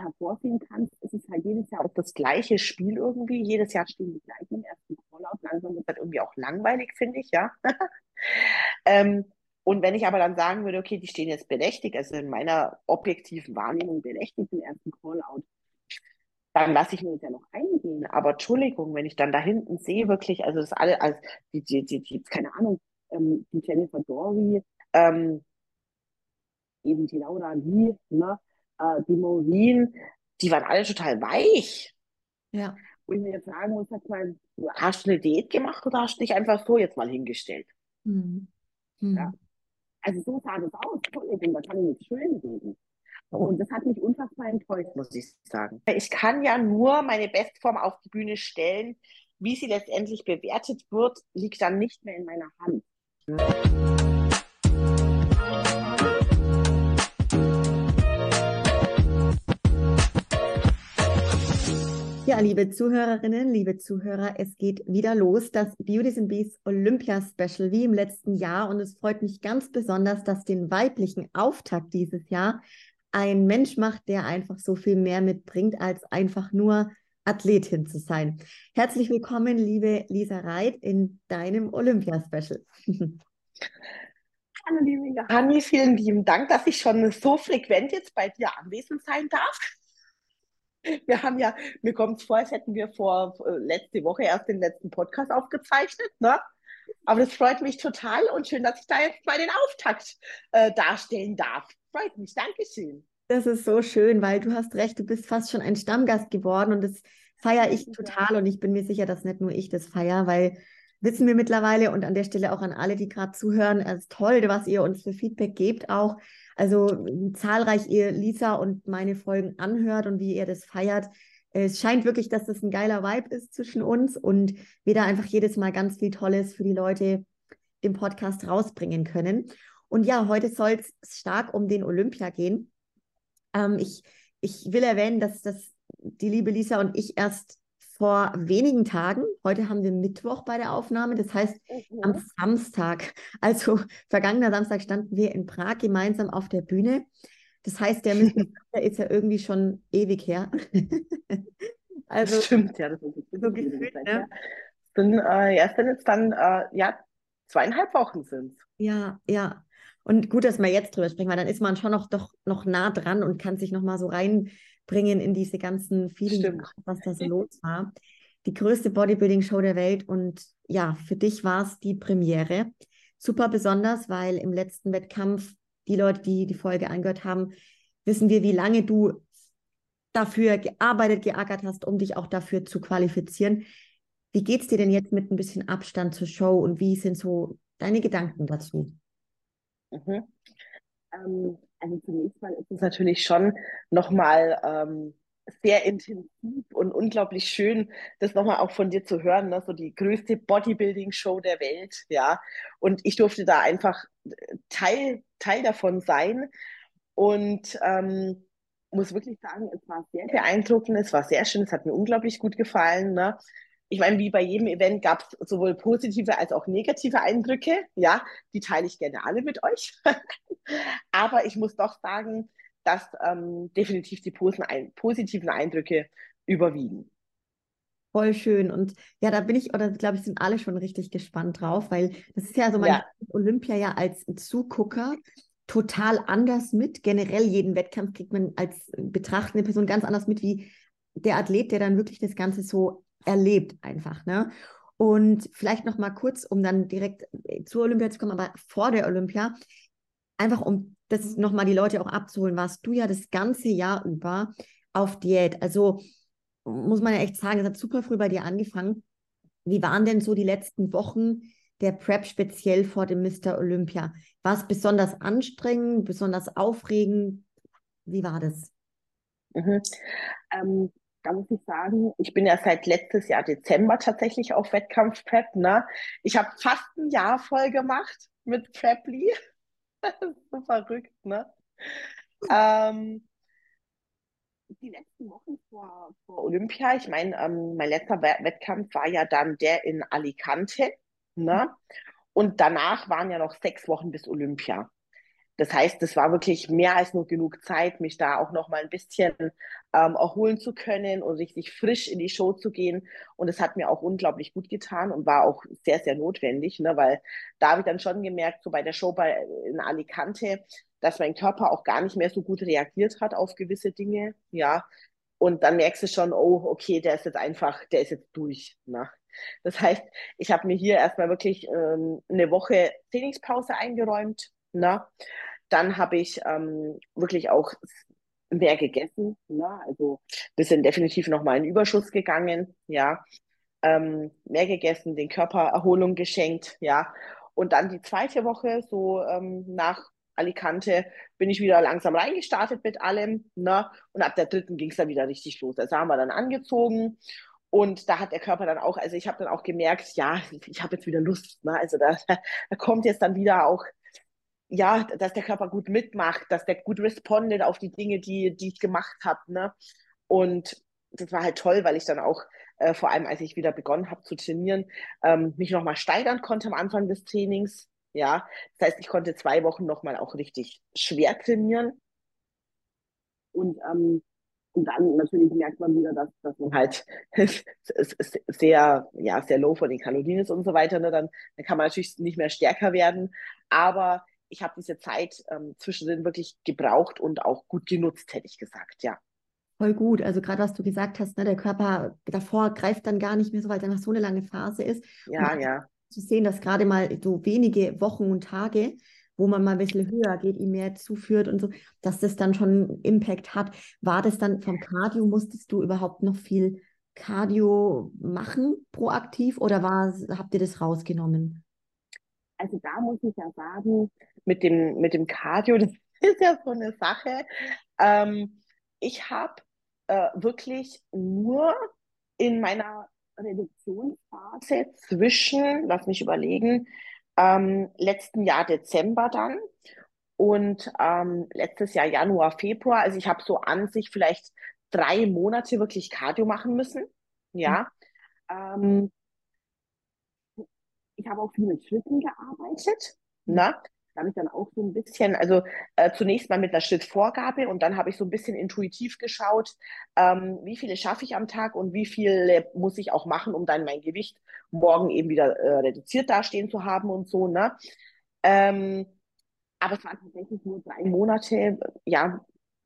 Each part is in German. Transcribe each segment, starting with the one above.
hervorheben kannst, ist es halt jedes Jahr auch das gleiche Spiel irgendwie. Jedes Jahr stehen die gleichen im ersten Callout. Langsam wird das irgendwie auch langweilig, finde ich, ja. Ähm, und wenn ich aber dann sagen würde, okay, die stehen jetzt berechtigt, also in meiner objektiven Wahrnehmung berechtigt im ersten Callout, dann lasse ich mir das ja noch eingehen. Aber Entschuldigung, wenn ich dann da hinten sehe, wirklich, also das alle, also keine Ahnung, die Jennifer Dory, ähm, eben die Laura Lee, ne, die Maureen, die waren alle total weich. Ja. Wo ich mir jetzt sagen muss, sag mal, hast du eine Diät gemacht oder hast du dich einfach so jetzt mal hingestellt? Hm. Ja? Hm. Also so sah das aus, Entschuldigung, da kann ich nicht schön reden. Und das hat mich unfassbar enttäuscht, muss ich sagen. Ich kann ja nur meine Bestform auf die Bühne stellen. Wie sie letztendlich bewertet wird, liegt dann nicht mehr in meiner Hand. Ja, liebe Zuhörerinnen, liebe Zuhörer, es geht wieder los, das Beauties and Beasts Olympia Special wie im letzten Jahr. Und es freut mich ganz besonders, dass den weiblichen Auftakt dieses Jahr ein Mensch macht, der einfach so viel mehr mitbringt, als einfach nur Athletin zu sein. Herzlich willkommen, liebe Lisa Reit, in deinem Olympia Special. Hallo, liebe Johanni, vielen lieben Dank, dass ich schon so frequent jetzt bei dir anwesend sein darf. Wir haben ja, mir kommt es vor, als hätten wir vor letzte Woche erst den letzten Podcast aufgezeichnet, ne? Aber das freut mich total und schön, dass ich da jetzt mal den Auftakt darstellen darf. Freut mich, Dankeschön. Das ist so schön, weil du hast recht, du bist fast schon ein Stammgast geworden und das feiere ich Ja, total und ich bin mir sicher, dass nicht nur ich das feiere, weil wissen wir mittlerweile und an der Stelle auch an alle, die gerade zuhören, es ist toll, was ihr uns für Feedback gebt auch. Also wie zahlreich ihr Lisa und meine Folgen anhört und wie ihr das feiert. Es scheint wirklich, dass das ein geiler Vibe ist zwischen uns und wir da einfach jedes Mal ganz viel Tolles für die Leute im Podcast rausbringen können. Und ja, heute soll es stark um den Olympia gehen. Ich, ich will erwähnen, dass die liebe Lisa und ich erst vor wenigen Tagen, heute haben wir Mittwoch bei der Aufnahme, das heißt am mhm. Samstag, also vergangener Samstag standen wir in Prag gemeinsam auf der Bühne. Das heißt, der Mr. Olympia ist ja irgendwie schon ewig her. Das Also stimmt, ja, das ist so wirklich wieder eine gefühlt, Zeit ne? her. Sind jetzt dann, ja, 2,5 Wochen sind es. Ja, ja. Und gut, dass wir jetzt drüber sprechen, weil dann ist man schon noch doch noch nah dran und kann sich noch mal so reinbringen in diese ganzen Feelings, Stimmt. was da so los war. Die größte Bodybuilding-Show der Welt und ja, für dich war es die Premiere. Super besonders, weil im letzten Wettkampf die Leute, die die Folge angehört haben, wissen wir, wie lange du dafür gearbeitet, geackert hast, um dich auch dafür zu qualifizieren. Wie geht's dir denn jetzt mit ein bisschen Abstand zur Show und wie sind so deine Gedanken dazu? Mhm. Also zunächst mal ist es natürlich schon nochmal sehr intensiv und unglaublich schön, das nochmal auch von dir zu hören, ne? So die größte Bodybuilding-Show der Welt, ja. Und ich durfte da einfach Teil davon sein und muss wirklich sagen, es war sehr beeindruckend, es war sehr schön, es hat mir unglaublich gut gefallen, ne? Ich meine, wie bei jedem Event gab es sowohl positive als auch negative Eindrücke, ja, die teile ich gerne alle mit euch. Aber ich muss doch sagen, dass definitiv die positiven Eindrücke überwiegen. Voll schön. Und ja, da bin ich, oder glaube ich, sind alle schon richtig gespannt drauf, weil das ist ja so, man Ja, kriegt Olympia ja als Zugucker total anders mit. Generell jeden Wettkampf kriegt man als betrachtende Person ganz anders mit, wie der Athlet, der dann wirklich das Ganze so erlebt einfach, ne? Und vielleicht noch mal kurz, um dann direkt zur Olympia zu kommen, aber vor der Olympia, einfach um das noch mal die Leute auch abzuholen, warst du ja das ganze Jahr über auf Diät. Also muss man ja echt sagen, es hat super früh bei dir angefangen. Wie waren denn so die letzten Wochen der Prep speziell vor dem Mr. Olympia? War es besonders anstrengend, besonders aufregend? Wie war das? mhm. Ähm, da muss ich sagen, ich bin ja seit letztes Jahr Dezember tatsächlich auf Wettkampf-Prep, ne? Ich habe fast ein Jahr voll gemacht mit Preply. So verrückt, ne? Ähm, die letzten Wochen vor Olympia, ich meine, mein letzter Wettkampf war ja dann der in Alicante, ne? Und danach waren ja noch 6 Wochen bis Olympia. Das heißt, das war wirklich mehr als nur genug Zeit, mich da auch noch mal ein bisschen erholen zu können und richtig frisch in die Show zu gehen. Und es hat mir auch unglaublich gut getan und war auch sehr, sehr notwendig, ne? Weil da habe ich dann schon gemerkt, so bei der Show in Alicante, dass mein Körper auch gar nicht mehr so gut reagiert hat auf gewisse Dinge, ja. Und dann merkst du schon, oh, okay, der ist jetzt einfach, der ist jetzt durch. Ne? Das heißt, ich habe mir hier erstmal wirklich eine Woche Trainingspause eingeräumt. Ne? Dann habe ich wirklich auch mehr gegessen. Ne? Also wir sind definitiv nochmal in Überschuss gegangen. Ja, mehr gegessen, den Körper Erholung geschenkt, ja. Und dann die zweite Woche, so nach Alicante, bin ich wieder langsam reingestartet mit allem, ne? Und ab der dritten ging es dann wieder richtig los. Also haben wir dann angezogen und da hat der Körper dann auch, also ich habe dann auch gemerkt, ja, ich habe jetzt wieder Lust, ne? Also da kommt jetzt dann wieder auch, ja, dass der Körper gut mitmacht, dass der gut respondet auf die Dinge, die ich gemacht habe, ne? Und das war halt toll, weil ich dann auch, vor allem als ich wieder begonnen habe zu trainieren, mich nochmal steigern konnte am Anfang des Trainings. Ja, das heißt, ich konnte 2 Wochen nochmal auch richtig schwer trainieren. Und, und dann natürlich merkt man wieder, dass man halt sehr, ja, sehr low von den Kalorien ist und so weiter. Ne? Dann kann man natürlich nicht mehr stärker werden. Aber ich habe diese Zeit zwischendrin wirklich gebraucht und auch gut genutzt, hätte ich gesagt, ja. Voll gut. Also gerade was du gesagt hast, ne, der Körper davor greift dann gar nicht mehr so, weil es einfach so eine lange Phase ist. Und Ja, ja. zu sehen, dass gerade mal so wenige Wochen und Tage, wo man mal ein bisschen höher geht, ihm mehr zuführt und so, dass das dann schon einen Impact hat. War das dann vom Cardio, musstest du überhaupt noch viel Cardio machen, proaktiv, oder habt ihr das rausgenommen? Also da muss ich ja sagen, mit dem Cardio, das ist ja so eine Sache. Ich habe wirklich nur in meiner Reduktionsphase zwischen, lass mich überlegen, letzten Jahr Dezember dann und letztes Jahr Januar, Februar, also ich habe so an sich vielleicht 3 Monate wirklich Cardio machen müssen. Ja. Ähm, Ich habe auch viel mit Schritten gearbeitet. Ne? Da habe ich dann auch so ein bisschen, also zunächst mal mit einer Schrittvorgabe und dann habe ich so ein bisschen intuitiv geschaut, wie viele schaffe ich am Tag und wie viele muss ich auch machen, um dann mein Gewicht morgen eben wieder reduziert dastehen zu haben und so. Ne? Ähm, aber es waren tatsächlich nur 3 Monate, ja,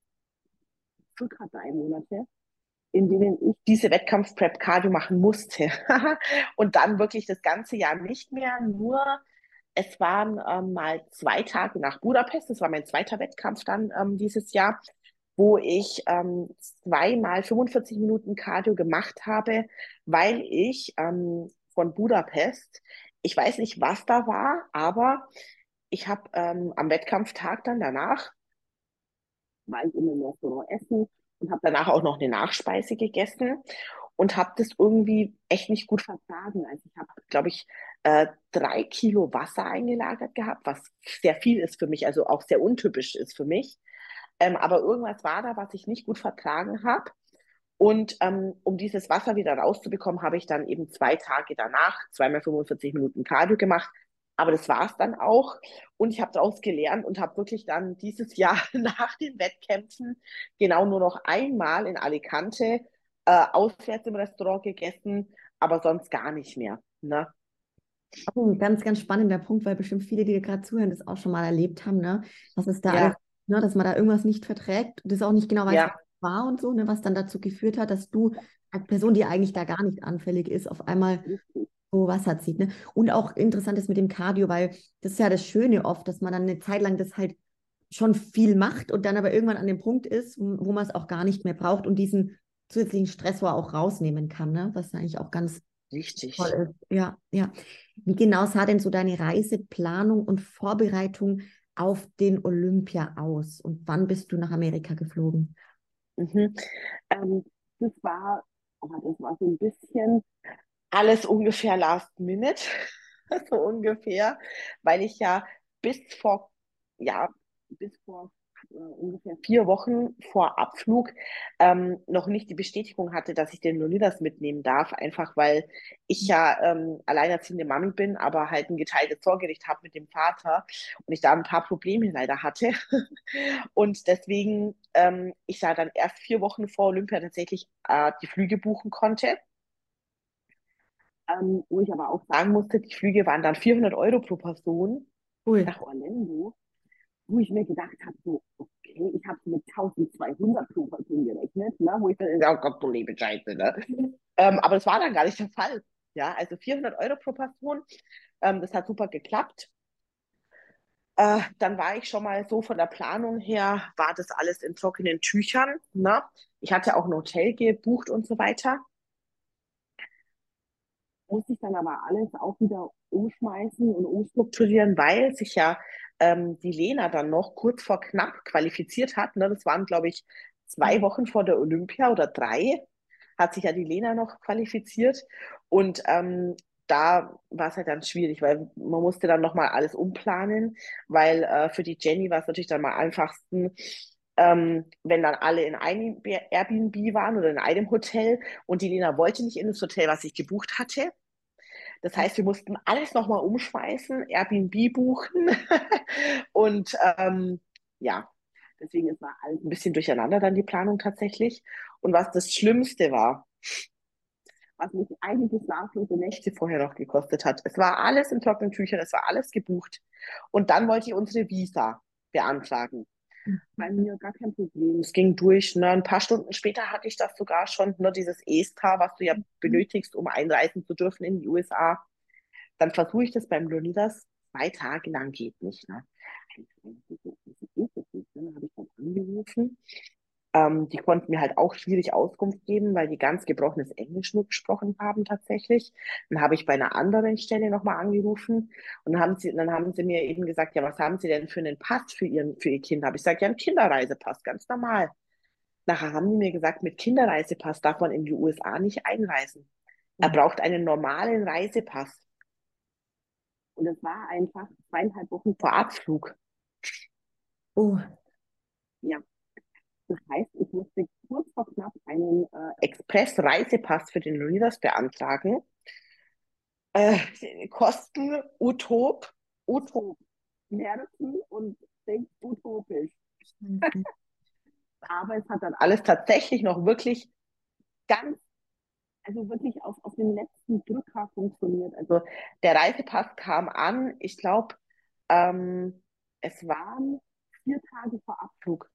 circa 3 Monate, in denen ich diese Wettkampf-Prep-Cardio machen musste. Und dann wirklich das ganze Jahr nicht mehr, nur es waren mal 2 Tage nach Budapest, das war mein zweiter Wettkampf dann dieses Jahr, wo ich zweimal 45 Minuten Cardio gemacht habe, weil ich von Budapest, ich weiß nicht, was da war, aber ich habe am Wettkampftag dann danach war ich in einem Restaurant essen und habe danach auch noch eine Nachspeise gegessen und habe das irgendwie echt nicht gut vertragen. Also ich habe, glaube ich, 3 Kilo Wasser eingelagert gehabt, was sehr viel ist für mich, also auch sehr untypisch ist für mich. Aber irgendwas war da, was ich nicht gut vertragen habe. Und um dieses Wasser wieder rauszubekommen, habe ich dann eben 2 Tage danach zweimal 45 Minuten Cardio gemacht. Aber das war es dann auch. Und ich habe daraus gelernt und habe wirklich dann dieses Jahr nach den Wettkämpfen genau nur noch einmal in Alicante auswärts im Restaurant gegessen, aber sonst gar nicht mehr. Ne? Auch ein ganz, ganz spannender Punkt, weil bestimmt viele, die dir gerade zuhören, das auch schon mal erlebt haben, ne? Was es da alles, Ja, ne, dass man da irgendwas nicht verträgt und das auch nicht genau weiß, was ja, war und so, ne, was dann dazu geführt hat, dass du als Person, die eigentlich da gar nicht anfällig ist, auf einmal richtig, so Wasser zieht, ne? Und auch interessant ist mit dem Cardio, weil das ist ja das Schöne oft, dass man dann eine Zeit lang das halt schon viel macht und dann aber irgendwann an dem Punkt ist, wo man es auch gar nicht mehr braucht und diesen zusätzlichen Stressor auch rausnehmen kann, ne? Was eigentlich auch ganz toll richtig. ist. Ja, ja. Wie genau sah denn so deine Reiseplanung und Vorbereitung auf den Olympia aus? Und wann bist du nach Amerika geflogen? Mhm. Ähm, das war, aber das war so ein bisschen alles ungefähr last minute, so ungefähr, weil ich ja bis vor, ja, bis vor ungefähr 4 Wochen vor Abflug noch nicht die Bestätigung hatte, dass ich den Leonidas mitnehmen darf, einfach weil ich ja alleinerziehende Mami bin, aber halt ein geteiltes Sorgerecht habe mit dem Vater und ich da ein paar Probleme leider hatte. Und deswegen ich da dann erst 4 Wochen vor Olympia tatsächlich die Flüge buchen konnte. Wo ich aber auch sagen musste, die Flüge waren dann 400 € pro Person Cool. nach Orlando, wo ich mir gedacht habe, so, okay, ich habe mit 1200 pro Person gerechnet, ne, wo ich dann, oh Gott, du liebe Scheiße, ne? Aber das war dann gar nicht der Fall. Ja, also 400 € pro Person, das hat super geklappt. Dann war ich schon mal so von der Planung her, war das alles in trockenen Tüchern. Ne? Ich hatte auch ein Hotel gebucht und so weiter. Musste ich dann aber alles auch wieder umschmeißen und umstrukturieren, weil sich ja die Lena dann noch kurz vor knapp qualifiziert hat. Ne? Das waren, glaube ich, 2 Wochen vor der Olympia oder 3, hat sich ja die Lena noch qualifiziert. Und da war es halt dann schwierig, weil man musste dann nochmal alles umplanen, weil für die Jenny war es natürlich dann mal am einfachsten, wenn dann alle in einem Airbnb waren oder in einem Hotel und die Lena wollte nicht in das Hotel, was ich gebucht hatte. Das heißt, wir mussten alles nochmal umschmeißen, Airbnb buchen und ja, deswegen ist war alles ein bisschen durcheinander dann die Planung tatsächlich. Und was das Schlimmste war, was mich einige schlaflose Nächte vorher noch gekostet hat, es war alles in trockenen Tüchern, es war alles gebucht. Und dann wollte ich unsere Visa beantragen. Bei mir gar kein Problem. Es ging durch. Ne? Ein paar Stunden später hatte ich das sogar schon, ne? Dieses ESTA, was du ja benötigst, um einreisen zu dürfen in die USA. Dann versuche ich das beim Leonidas 2 Tage lang, geht nicht. Ne? Dann habe ich dann angerufen. Die konnten mir halt auch schwierig Auskunft geben, weil die ganz gebrochenes Englisch nur gesprochen haben tatsächlich. Dann habe ich bei einer anderen Stelle nochmal angerufen und dann haben sie mir eben gesagt, ja, was haben Sie denn für einen Pass für Ihr Kind? Habe ich gesagt, ja, einen Kinderreisepass, ganz normal. Nachher haben die mir gesagt, mit Kinderreisepass darf man in die USA nicht einreisen. Er braucht einen normalen Reisepass. Und es war einfach 2,5 Wochen vor Abflug. Oh, Ja, das heißt, ich musste kurz vor knapp einen Express-Reisepass für den Leonidas beantragen. Kosten Utop, Nerven und denkt utopisch. Aber es hat dann alles tatsächlich noch wirklich ganz, also wirklich auf den letzten Drücker funktioniert. Also der Reisepass kam an, ich glaube, es waren 4 Tage vor Abflug.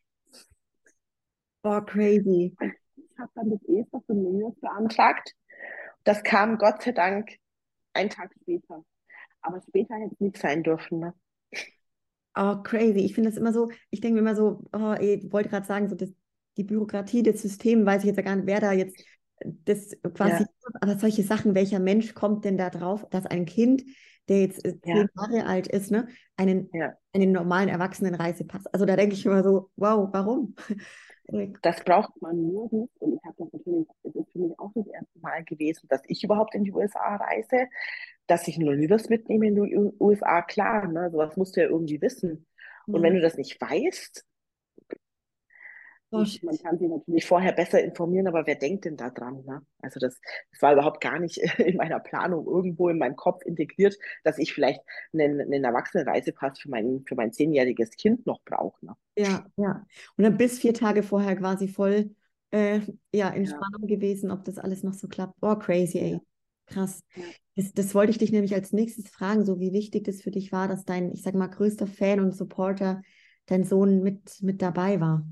oh, crazy. Ich habe dann das ESTA für Minus beantragt. Das kam Gott sei Dank einen Tag später. Aber später hätte es nicht sein dürfen. Ne? Oh, crazy. Ich finde das immer so, ich denke mir immer so, oh, ich wollte gerade sagen, so das, die Bürokratie des Systems, weiß ich jetzt ja gar nicht, wer da jetzt das quasi, Ja, aber solche Sachen, welcher Mensch kommt denn da drauf, dass ein Kind, der jetzt 10 ja, Jahre alt ist, ne, einen, ja. einen normalen Erwachsenen-Reisepass. Also da denke ich immer so, wow, warum? Das braucht man nirgends. Und ich habe das natürlich, es ist für mich auch das erste Mal gewesen, dass ich überhaupt in die USA reise, dass ich nur das mitnehme in die USA. Klar, ne? Sowas musst du ja irgendwie wissen. Und wenn Ja. du das nicht weißt, Oh, man shit. kann sich natürlich vorher besser informieren, aber wer denkt denn da dran? Ne? Also das war überhaupt gar nicht in meiner Planung irgendwo in meinem Kopf integriert, dass ich vielleicht einen Erwachsenenreisepass für mein 10-jähriges Kind noch brauche. Ne? Ja, ja. Und dann bis 4 Tage vorher quasi voll ja, in Ja, Spannung gewesen, ob das alles noch so klappt. Oh, crazy, ja, ey. Krass. ja. Das wollte ich dich nämlich als nächstes fragen, so wie wichtig das für dich war, dass dein, ich sag mal, größter Fan und Supporter, dein Sohn mit dabei war.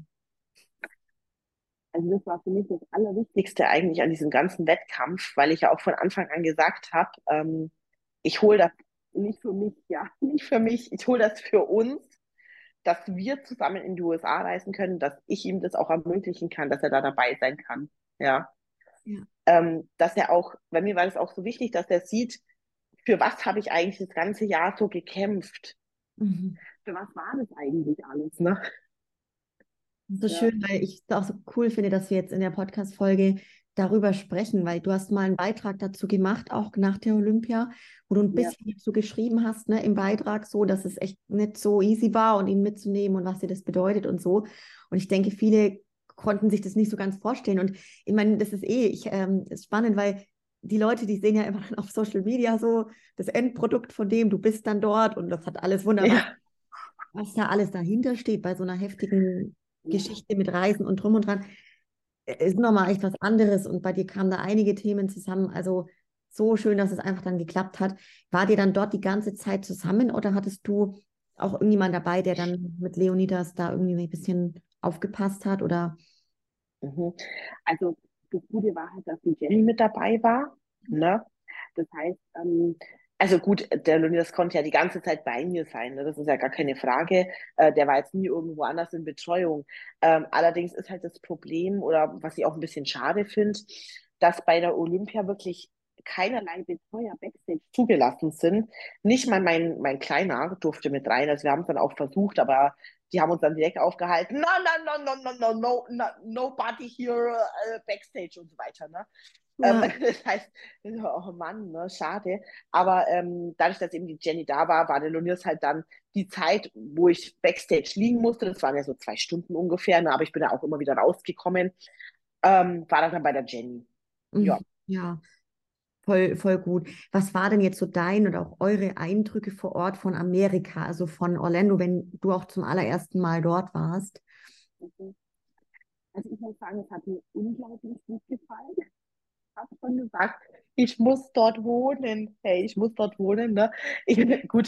Also das war für mich das Allerwichtigste eigentlich an diesem ganzen Wettkampf, weil ich ja auch von Anfang an gesagt habe, ich hole das nicht für mich, ja, nicht für mich, ich hole das für uns, dass wir zusammen in die USA reisen können, dass ich ihm das auch ermöglichen kann, dass er da dabei sein kann. Ja. Ja. Dass er auch, bei mir war das auch so wichtig, dass er sieht, für was habe ich eigentlich das ganze Jahr so gekämpft? Mhm. Für was war das eigentlich alles, ne? So Ja, schön, weil ich es auch so cool finde, dass wir jetzt in der Podcast-Folge darüber sprechen, weil du hast mal einen Beitrag dazu gemacht, auch nach der Olympia, wo du ein Ja. bisschen so geschrieben hast, ne, im Beitrag so, dass es echt nicht so easy war und ihn mitzunehmen und was dir das bedeutet und so. Und ich denke, viele konnten sich das nicht so ganz vorstellen. Und ich meine, das ist spannend, weil die Leute, die sehen ja immer auf Social Media so das Endprodukt von dem, du bist dann dort und das hat alles wunderbar, Ja. was da alles dahinter steht bei so einer heftigen Ja. Geschichte mit Reisen und drum und dran, ist nochmal echt was anderes. Und bei dir kamen da einige Themen zusammen. Also so schön, dass es einfach dann geklappt hat. War dir dann dort die ganze Zeit zusammen oder hattest du auch irgendjemand dabei, der dann mit Leonidas da irgendwie ein bisschen aufgepasst hat? Oder Mhm. Also das Gute war halt, dass die Jenny mit dabei war. Ne? Das heißt, also gut, der Leonidas konnte ja die ganze Zeit bei mir sein, ne? Das ist ja gar keine Frage. Der war jetzt nie irgendwo anders in Betreuung. Allerdings ist halt das Problem, oder was ich auch ein bisschen schade finde, dass bei der Olympia wirklich keinerlei Betreuer Backstage zugelassen sind. Nicht mal mein Kleiner durfte mit rein. Also wir haben es dann auch versucht, aber die haben uns dann direkt aufgehalten. No, no, no, no, no, no, no, no nobody here backstage und so weiter. Ne? ja, Das heißt, oh Mann, ne, schade. Aber dadurch, dass eben die Jenny da war, war der Lunius halt dann die Zeit, wo ich backstage liegen musste. Das waren ja so 2 Stunden ungefähr, ne, aber ich bin da auch immer wieder rausgekommen. War das dann bei der Jenny. Ja. ja, voll, voll gut. Was war denn jetzt so dein oder auch eure Eindrücke vor Ort von Amerika, also von Orlando, wenn du auch zum allerersten Mal dort warst? Also ich muss sagen, es hat mir unglaublich gut gefallen. Ich habe schon gesagt, ich muss dort wohnen. Hey, ich muss dort wohnen. Ne? Gut,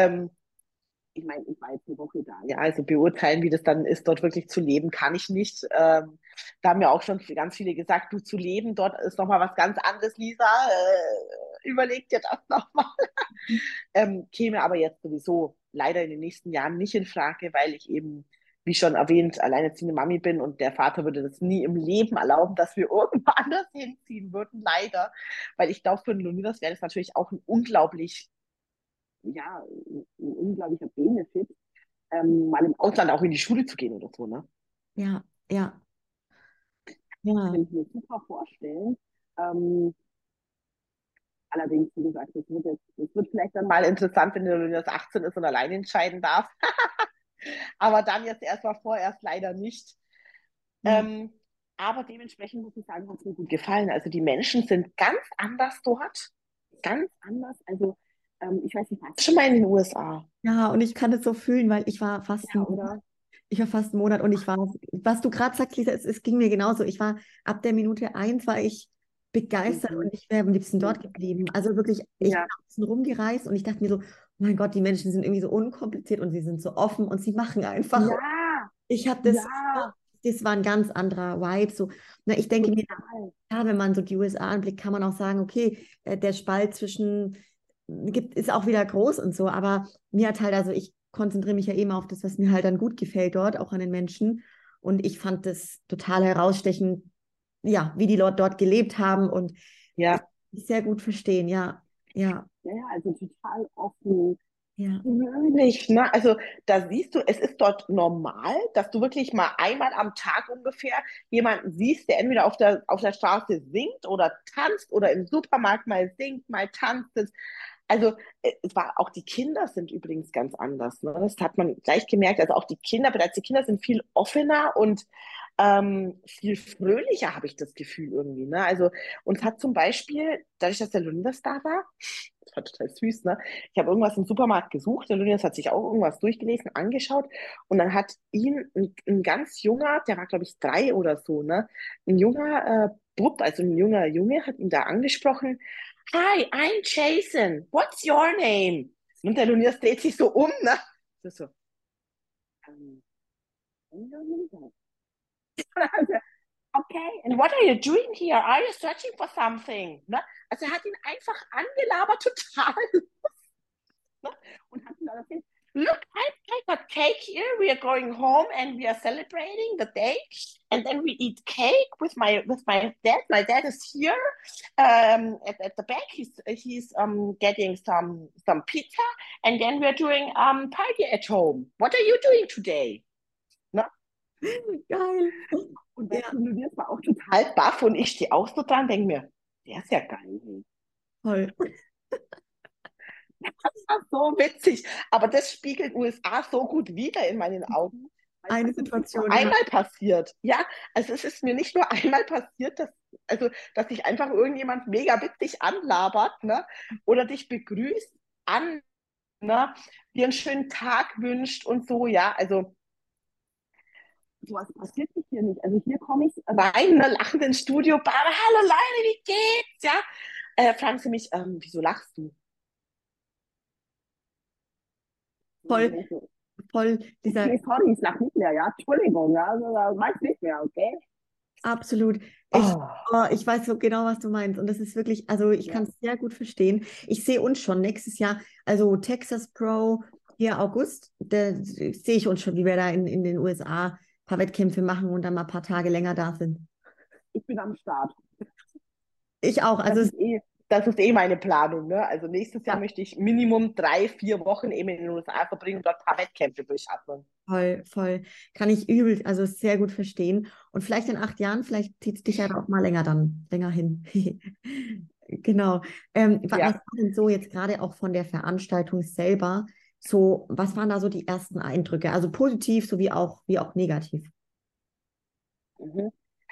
ich meine, ich war jetzt eine Woche da. Ja, also beurteilen, wie das dann ist, dort wirklich zu leben, kann ich nicht. Da haben ja auch schon ganz viele gesagt, du zu leben, dort ist nochmal was ganz anderes, Lisa. Überleg dir das nochmal. Käme aber jetzt sowieso leider in den nächsten Jahren nicht in Frage, weil ich eben, wie schon erwähnt, alleinerziehende Mami bin und der Vater würde das nie im Leben erlauben, dass wir irgendwo anders hinziehen würden, leider. Weil ich glaube, für den Leonidas wäre das natürlich auch ein unglaublich, ja, ein unglaublicher Benefit, mal im Ausland auch in die Schule zu gehen oder so, ne? Ja, ja, ja, Kann ich mir super vorstellen. Ähm, allerdings, wie gesagt, das wird vielleicht dann mal interessant, wenn der Leonidas 18 ist und alleine entscheiden darf. Aber dann jetzt erstmal vorerst leider nicht. ja. Ähm, aber dementsprechend muss ich sagen, hat es mir gut gefallen. Also die Menschen sind ganz anders dort. Ganz anders. Also ich weiß nicht, warst du schon mal in den USA? Ja, und ich kann es so fühlen, weil Ja, oder? Ich war fast einen Monat und ich war, was du gerade sagst, Lisa, es ging mir genauso. Ich war ab der Minute 1 war ich begeistert Mhm. und ich wäre am liebsten Ja. dort geblieben. Also wirklich, ich bin Ja. ein bisschen rumgereist und ich dachte mir so, oh mein Gott, die Menschen sind irgendwie so unkompliziert und sie sind so offen und sie machen einfach. Und Ja. ich habe das, Ja. das war ein ganz anderer Vibe. So, na, ich denke mir, Total. ja, wenn man so die USA anblickt, kann man auch sagen, okay, der Spalt ist auch wieder groß und so, aber mir hat halt, also ich konzentriere mich ja immer auf das, was mir halt dann gut gefällt dort, auch an den Menschen. Und ich fand das total herausstechend, ja, wie die Leute dort gelebt haben und ich Ja. kann mich sehr gut verstehen, ja, ja, Ja, ja, also total offen. ja, Fröhlich, ne? Also da siehst du, es ist dort normal, dass du wirklich mal einmal am Tag ungefähr jemanden siehst, der entweder auf der Straße singt oder tanzt oder im Supermarkt mal singt, mal tanzt. Also es war auch die Kinder sind übrigens ganz anders. Ne? Das hat man gleich gemerkt. Also auch die Kinder, bereits die Kinder sind viel offener und viel fröhlicher, habe ich das Gefühl irgendwie. Ne? Also uns hat zum Beispiel, dadurch, dass der Lunas da war, das war total süß, ne? Ich habe irgendwas im Supermarkt gesucht, der Lunas hat sich auch irgendwas durchgelesen, angeschaut und dann hat ihn ein ganz junger, der war glaube ich 3 oder so, ne? Ein junger Bub, also ein junger Junge, hat ihn da angesprochen. Hi, I'm Jason. What's your name? Und der Lunas dreht sich so um, ne? Das ist so, ähm, okay, and what are you doing here? Are you searching for something? Ne? Also er hat ihn einfach angelabert, total. Ne? Und hat ihm dann erzählt, look, I got cake here. We are going home and we are celebrating the day. And then we eat cake with my dad. My dad is here at the back. He's getting some pizza. And then we're doing party at home. What are you doing today? Ne? geil. Und weißt Ja, du, das war auch total baff und ich stehe auch so dran, denke mir, der ist ja geil. voll. Ach, so witzig. Aber das spiegelt USA so gut wider in meinen Augen, weil Eine es ist nicht nur Situation, ja. einmal passiert. Ja, also es ist mir nicht nur einmal passiert, dass sich einfach irgendjemand mega witzig anlabert, ne? Oder dich begrüßt an, ne? Dir einen schönen Tag wünscht und so, ja. Also sowas passiert hier nicht. Also hier komme ich rein, ne, lachend ins Studio, Barbara, hallo Leute, wie geht's? Ja, fragen sie mich, wieso lachst du? Voll, voll dieser, Okay, sorry, ich lach nicht mehr, ja. Entschuldigung, ja, also, weiß nicht mehr, okay? absolut. Ich, Oh, ich weiß so genau, was du meinst. Und das ist wirklich, also ich kann ja. es sehr gut verstehen. Ich sehe uns schon nächstes Jahr, also Texas Pro, hier August, da sehe ich uns schon, wie wir da in den USA ein paar Wettkämpfe machen und dann mal ein paar Tage länger da sind. Ich bin am Start. Ich auch. Also Das es, ist das ist meine Planung. Ne? Also nächstes Jahr ja, möchte ich Minimum 3, 4 Wochen eben in den USA verbringen und dort ein paar Wettkämpfe durchatmen. voll, voll. Kann ich übel, also sehr gut verstehen. Und vielleicht in 8 Jahren, vielleicht zieht es dich ja auch mal länger hin. Genau. Was Ja. war denn so jetzt gerade auch von der Veranstaltung selber? So, was waren da so die ersten Eindrücke? Also positiv sowie wie auch negativ. Mhm.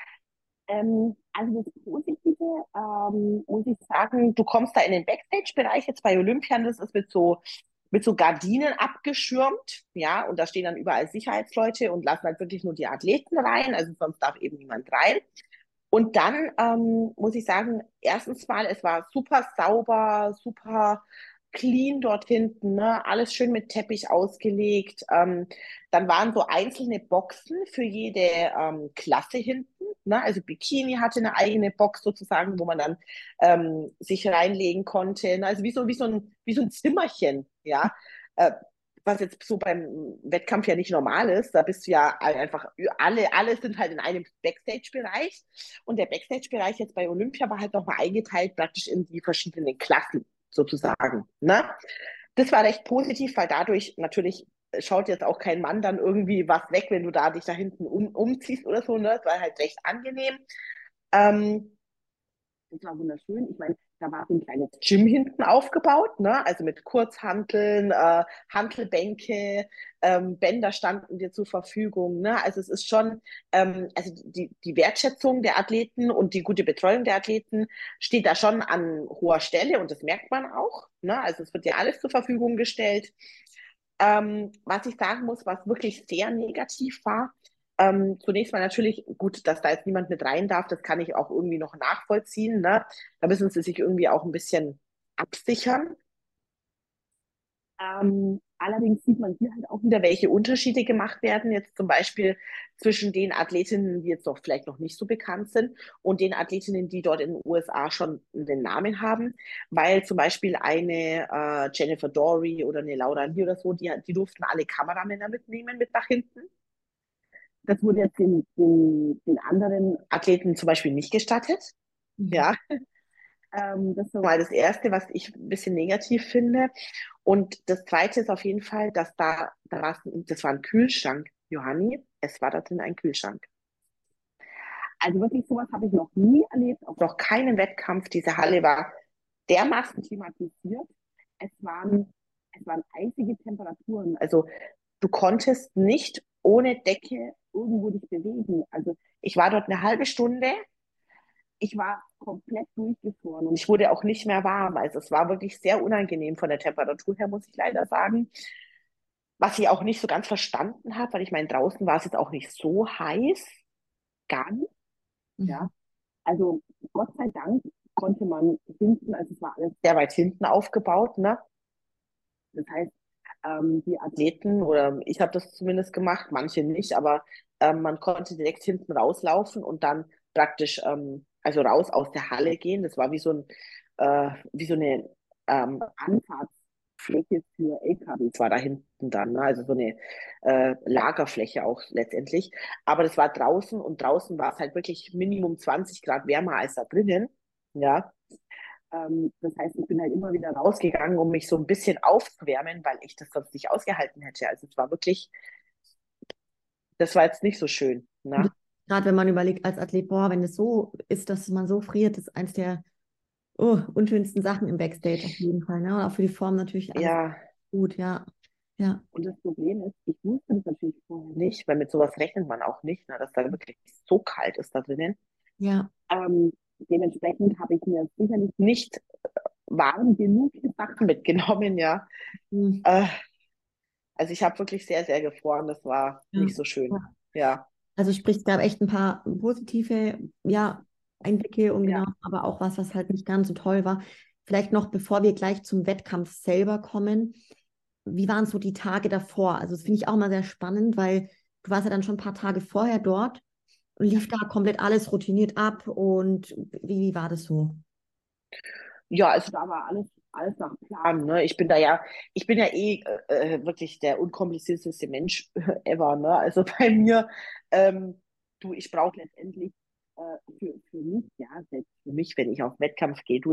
Also das Positive, muss ich sagen, du kommst da in den Backstage-Bereich jetzt bei Olympian, das ist mit so Gardinen abgeschirmt, ja, und da stehen dann überall Sicherheitsleute und lassen halt wirklich nur die Athleten rein, also sonst darf eben niemand rein. Und dann muss ich sagen, erstens mal, es war super sauber, super clean dort hinten, ne? Alles schön mit Teppich ausgelegt. Dann waren so einzelne Boxen für jede Klasse hinten. Ne? Also Bikini hatte eine eigene Box sozusagen, wo man dann sich reinlegen konnte. Ne? Also wie so ein Zimmerchen, ja. Äh, was jetzt so beim Wettkampf ja nicht normal ist. Da bist du ja einfach, alle sind halt in einem Backstage-Bereich. Und der Backstage-Bereich jetzt bei Olympia war halt nochmal eingeteilt praktisch in die verschiedenen Klassen sozusagen. Ne? Das war recht positiv, weil dadurch natürlich schaut jetzt auch kein Mann dann irgendwie was weg, wenn du da dich da hinten umziehst oder so. Ne? Das war halt recht angenehm. Ähm, Das war wunderschön. Ich meine, da war so ein kleines Gym hinten aufgebaut, ne? Also mit Kurzhanteln, Hantelbänke, Bänder standen dir zur Verfügung. Ne? Also es ist schon, also die Wertschätzung der Athleten und die gute Betreuung der Athleten steht da schon an hoher Stelle und das merkt man auch. Ne? Also es wird dir alles zur Verfügung gestellt. Was ich sagen muss, was wirklich sehr negativ war, zunächst mal natürlich gut, dass da jetzt niemand mit rein darf, das kann ich auch irgendwie noch nachvollziehen. Ne? Da müssen sie sich irgendwie auch ein bisschen absichern. Allerdings sieht man hier halt auch wieder, welche Unterschiede gemacht werden. Jetzt zum Beispiel zwischen den Athletinnen, die jetzt noch vielleicht noch nicht so bekannt sind, und den Athletinnen, die dort in den USA schon einen Namen haben. Weil zum Beispiel eine Jennifer Dory oder eine Laura Lee oder so, die durften alle Kameramänner mitnehmen mit nach hinten. Das wurde jetzt den anderen Athleten zum Beispiel nicht gestattet. Mhm. Ja, das ist so mal das Erste, was ich ein bisschen negativ finde. Und das Zweite ist auf jeden Fall, dass das war ein Kühlschrank, Johanni. Es war da drin ein Kühlschrank. Also wirklich sowas habe ich noch nie erlebt, auch noch keinen Wettkampf. Diese Halle war dermaßen klimatisiert. Es waren eisige Temperaturen. Also du konntest nicht ohne Decke irgendwo dich bewegen. Also ich war dort eine halbe Stunde, ich war komplett durchgefroren und ich wurde auch nicht mehr warm. Also es war wirklich sehr unangenehm von der Temperatur her, muss ich leider sagen. Was ich auch nicht so ganz verstanden habe, weil ich meine, draußen war es jetzt auch nicht so heiß, gar nicht, ja. Mhm. Also Gott sei Dank konnte man hinten, also es war alles sehr weit hinten aufgebaut, ne? Das heißt, die Athleten, oder ich habe das zumindest gemacht, manche nicht, aber man konnte direkt hinten rauslaufen und dann praktisch, also raus aus der Halle gehen. Das war wie so eine Anfahrtsfläche für LKWs war da hinten dann, ne? Also so eine Lagerfläche auch letztendlich. Aber das war draußen und draußen war es halt wirklich Minimum 20 Grad wärmer als da drinnen. Ja, das heißt, ich bin halt immer wieder rausgegangen, um mich so ein bisschen aufzuwärmen, weil ich das sonst nicht ausgehalten hätte. Also es war wirklich, das war jetzt nicht so schön. Und Ne? Gerade wenn man überlegt als Athlet, boah, wenn es so ist, dass man so friert, ist eins der unschönsten Sachen im Backstage auf jeden Fall. Ne? Und auch für die Form natürlich alles Ja, gut, ja. Ja, und das Problem ist, ich wusste das natürlich vorher nicht, weil mit sowas rechnet man auch nicht, ne, dass da wirklich so kalt ist da drinnen. ja. Ähm, Dementsprechend habe ich mir sicherlich nicht warm genug Sachen mitgenommen, ja. Hm, Äh, also ich habe wirklich sehr, sehr gefroren. Das war ja. nicht so Ja. schön. Ja, Also sprich, es gab echt ein paar positive, ja, Einblicke und ja. genau, aber auch was, was halt nicht ganz so toll war. Vielleicht noch, bevor wir gleich zum Wettkampf selber kommen, wie waren so die Tage davor? Also das finde ich auch mal sehr spannend, weil du warst ja dann schon ein paar Tage vorher dort und lief da komplett alles routiniert ab und wie war das so? Ja, also da war alles nach Plan, ne? Ich bin ja wirklich der unkomplizierteste Mensch ever, ne? Also bei mir, ich brauche letztendlich für mich, ja, selbst für mich, wenn ich auf Wettkampf gehe,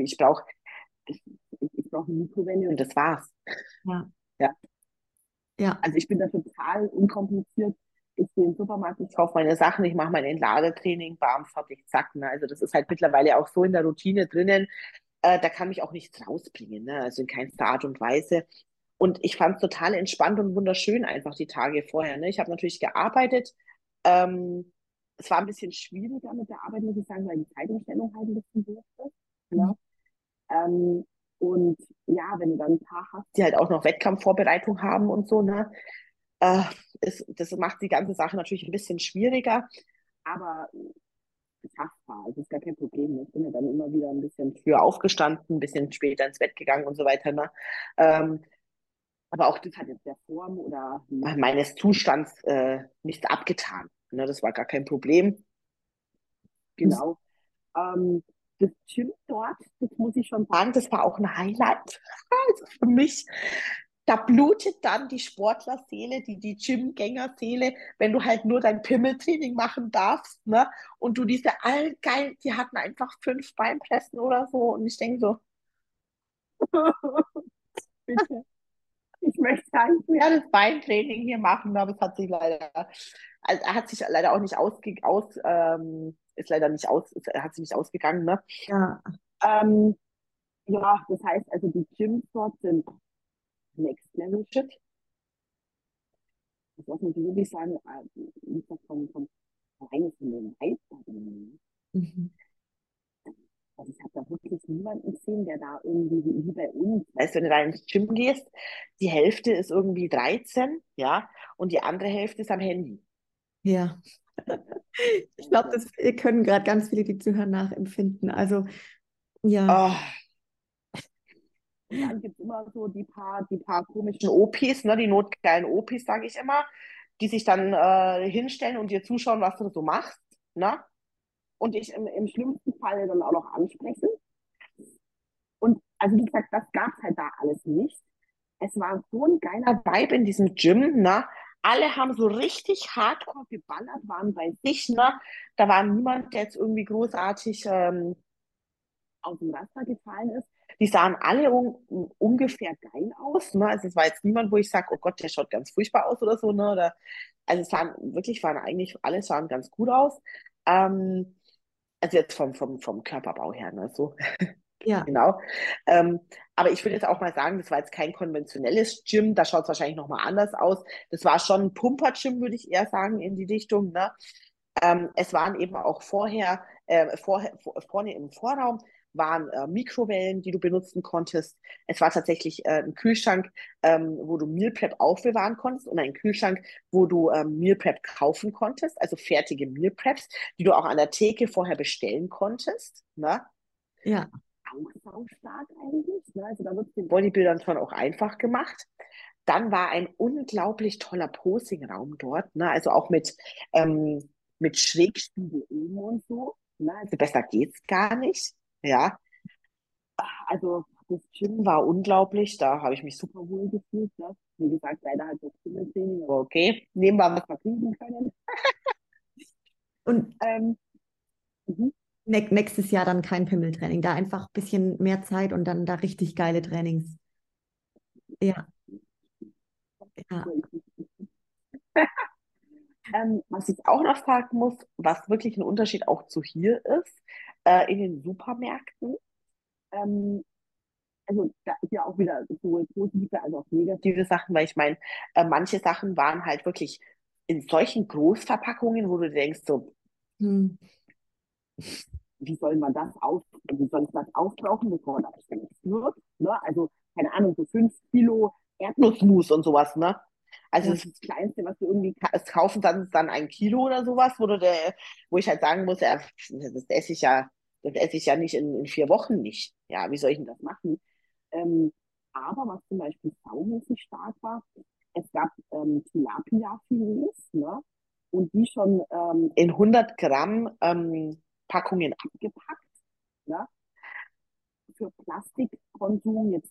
ich brauche eine Mikrowelle und das war's. Ja, Ja. ja, Also ich bin da total unkompliziert. Ich gehe in den Supermarkt, ich kaufe meine Sachen, ich mache mein Entladetraining, bam, fertig, zack. Ne? Also das ist halt mittlerweile auch so in der Routine drinnen. Da kann mich auch nichts rausbringen, ne? Also in keinster Art und Weise. Und ich fand es total entspannt und wunderschön einfach die Tage vorher. Ne? Ich habe natürlich gearbeitet. Ähm, Es war ein bisschen schwieriger mit der Arbeit, muss ich sagen, weil die Zeitumstellung halt ein bisschen doof ist. mhm. Ne? Ähm, und ja, wenn du dann ein paar hast, die halt auch noch Wettkampfvorbereitung haben und so, ne? Äh, Das macht die ganze Sache natürlich ein bisschen schwieriger, aber schaffbar. Also ist gar kein Problem. Ich bin ja dann immer wieder ein bisschen früher aufgestanden, ein bisschen später ins Bett gegangen und so weiter. Ne? Ähm, aber auch das hat jetzt der Form oder meines Zustands nichts abgetan. Ne? Das war gar kein Problem. Genau. Ähm, Das Gym dort, das muss ich schon sagen, das war auch ein Highlight. Also für mich, da blutet dann die Sportlerseele, die Gymgängerseele, wenn du halt nur dein Pimmeltraining machen darfst, ne? Und du diese allgeil, die hatten einfach 5 Beinpressen oder so. Und ich denke so, bitte, ich möchte gar nicht mehr das Beintraining hier machen, aber hat sich leider auch nicht ist leider nicht hat sich nicht ausgegangen, ne? Ja, Ähm, ja, das heißt also, die Gyms dort sind Next Level Shit. Das muss man wirklich sagen, nicht das vom reines von den Leistungen. mhm. Also ich habe da wirklich niemanden gesehen, der da irgendwie wie bei uns. Weißt du, wenn du da ins Gym gehst, die Hälfte ist irgendwie 13, ja, und die andere Hälfte ist am Handy. Ja. Ich glaube, Also, das können gerade ganz viele, die zuhören, nachempfinden. Also, ja, oh. Und dann gibt es immer so die paar komischen OPs, ne, die notgeilen OPs, sage ich immer, die sich dann hinstellen und dir zuschauen, was du so machst, ne? Und dich im schlimmsten Fall dann auch noch ansprechen. Und also wie gesagt, das gab es halt da alles nicht. Es war so ein geiler Vibe in diesem Gym, ne? Alle haben so richtig hardcore geballert, waren bei sich, ne? Da war niemand, der jetzt irgendwie großartig aus dem Raster gefallen ist. Die sahen alle ungefähr geil aus, ne? Also es war jetzt niemand, wo ich sage, oh Gott, der schaut ganz furchtbar aus oder so, ne? Also waren eigentlich, alle sahen ganz gut aus. Ähm, also jetzt vom Körperbau her, ne? So. ja, Genau. Aber ich würde jetzt auch mal sagen, das war jetzt kein konventionelles Gym, da schaut es wahrscheinlich nochmal anders aus. Das war schon ein Pumper-Gym, würde ich eher sagen, in die Richtung. Ne? Es waren eben auch vorne im Vorraum waren Mikrowellen, die du benutzen konntest. Es war tatsächlich ein Kühlschrank, wo du Meal Prep aufbewahren konntest und ein Kühlschrank, wo du Meal Prep kaufen konntest, also fertige Meal Preps, die du auch an der Theke vorher bestellen konntest. Ne? ja, Auch saustark eigentlich. Ne? Also da wird es den Bodybuildern schon auch einfach gemacht. Dann war ein unglaublich toller Posing-Raum dort, ne? Also auch mit Schrägspiegel oben und so. Ne? Also besser geht's gar nicht. Ja, also das Gym war unglaublich, da habe ich mich super wohl gefühlt. Ne? Wie gesagt, leider halt das Training, aber okay, nehmen wir, was wir kriegen können. und Ähm, mhm. nächstes Jahr dann kein Pimmeltraining, da einfach ein bisschen mehr Zeit und dann da richtig geile Trainings. Ja, ja, Was ich auch noch sagen muss, was wirklich ein Unterschied auch zu hier ist, in den Supermärkten, ähm, also da ist ja auch wieder sowohl positive als auch negative Sachen, weil ich meine, manche Sachen waren halt wirklich in solchen Großverpackungen, wo du denkst, so, Hm. wie soll man wie soll ich das aufbrauchen, bevor das nichts wird? Ne? Also, keine Ahnung, so 5 Kilo Erdnussmus und sowas, ne? Also Ja, das ist das Kleinste, was du irgendwie kaufen kannst, ist dann 1 Kilo oder sowas, wo ich halt sagen muss, ja, das esse ich ja nicht in 4 Wochen nicht. Ja, wie soll ich denn das machen? Ähm, aber was zum Beispiel saumäßig stark war, es gab Tilapia-Filets, ne? Und die schon in 100 Gramm Packungen abgepackt, ne? Für Plastikkonsum jetzt,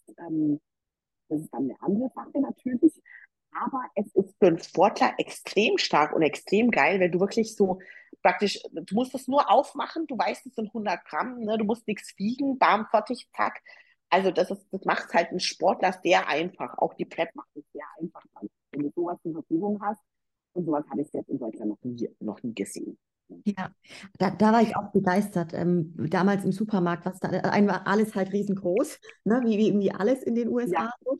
das ist dann eine andere Sache natürlich, aber es ist für einen Sportler extrem stark und extrem geil, wenn du wirklich so praktisch, du musst das nur aufmachen, du weißt, es sind 100 Gramm, ne? Du musst nichts wiegen, bam, fertig, zack. Also das macht halt einen Sportler sehr einfach. Auch die Prep macht es sehr einfach dann, wenn du sowas zur Verfügung hast. Und sowas habe ich jetzt in Deutschland noch nie gesehen. ja. Da war ich auch begeistert. Damals im Supermarkt, was da, einmal alles halt riesengroß, ne? Wie irgendwie alles in den Ja, USA. So.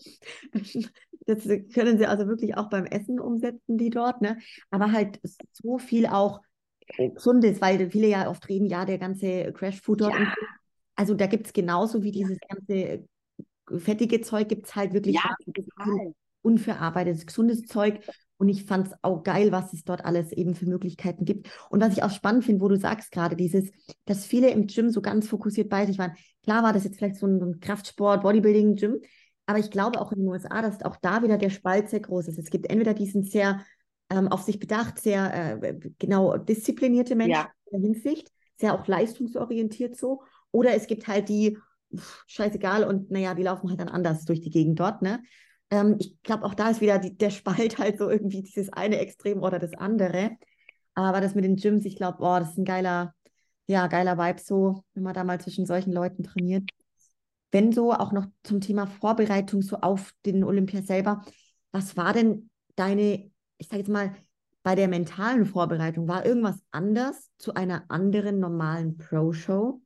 Das können sie also wirklich auch beim Essen umsetzen, die dort, ne? Aber halt so viel auch Gesundes, weil viele ja oft reden, ja, der ganze Crash-Food dort und ja, so. Also da gibt es genauso wie ja, dieses ganze fettige Zeug, gibt es halt wirklich ja, wahnsinnig viel total. unverarbeitetes, gesundes Zeug. Und ich fand es auch geil, was es dort alles eben für Möglichkeiten gibt. Und was ich auch spannend finde, wo du sagst gerade, dass viele im Gym so ganz fokussiert bei sich waren. Klar war das jetzt vielleicht so ein Kraftsport, Bodybuilding-Gym, aber ich glaube auch in den USA, dass auch da wieder der Spalt sehr groß ist. Es gibt entweder diesen sehr auf sich bedacht, sehr genau disziplinierte Menschen Ja, in der Hinsicht, sehr auch leistungsorientiert so, oder es gibt halt die, scheißegal, und naja, die laufen halt dann anders durch die Gegend dort, ne? Ich glaube, auch da ist wieder der Spalt halt so irgendwie dieses eine Extrem oder das andere. Aber das mit den Gyms, ich glaube, oh, das ist ein geiler, ja, geiler Vibe so, wenn man da mal zwischen solchen Leuten trainiert. Wenn so, auch noch zum Thema Vorbereitung so auf den Olympia selber, was war denn deine, ich sage jetzt mal, bei der mentalen Vorbereitung, war irgendwas anders zu einer anderen normalen Pro-Show?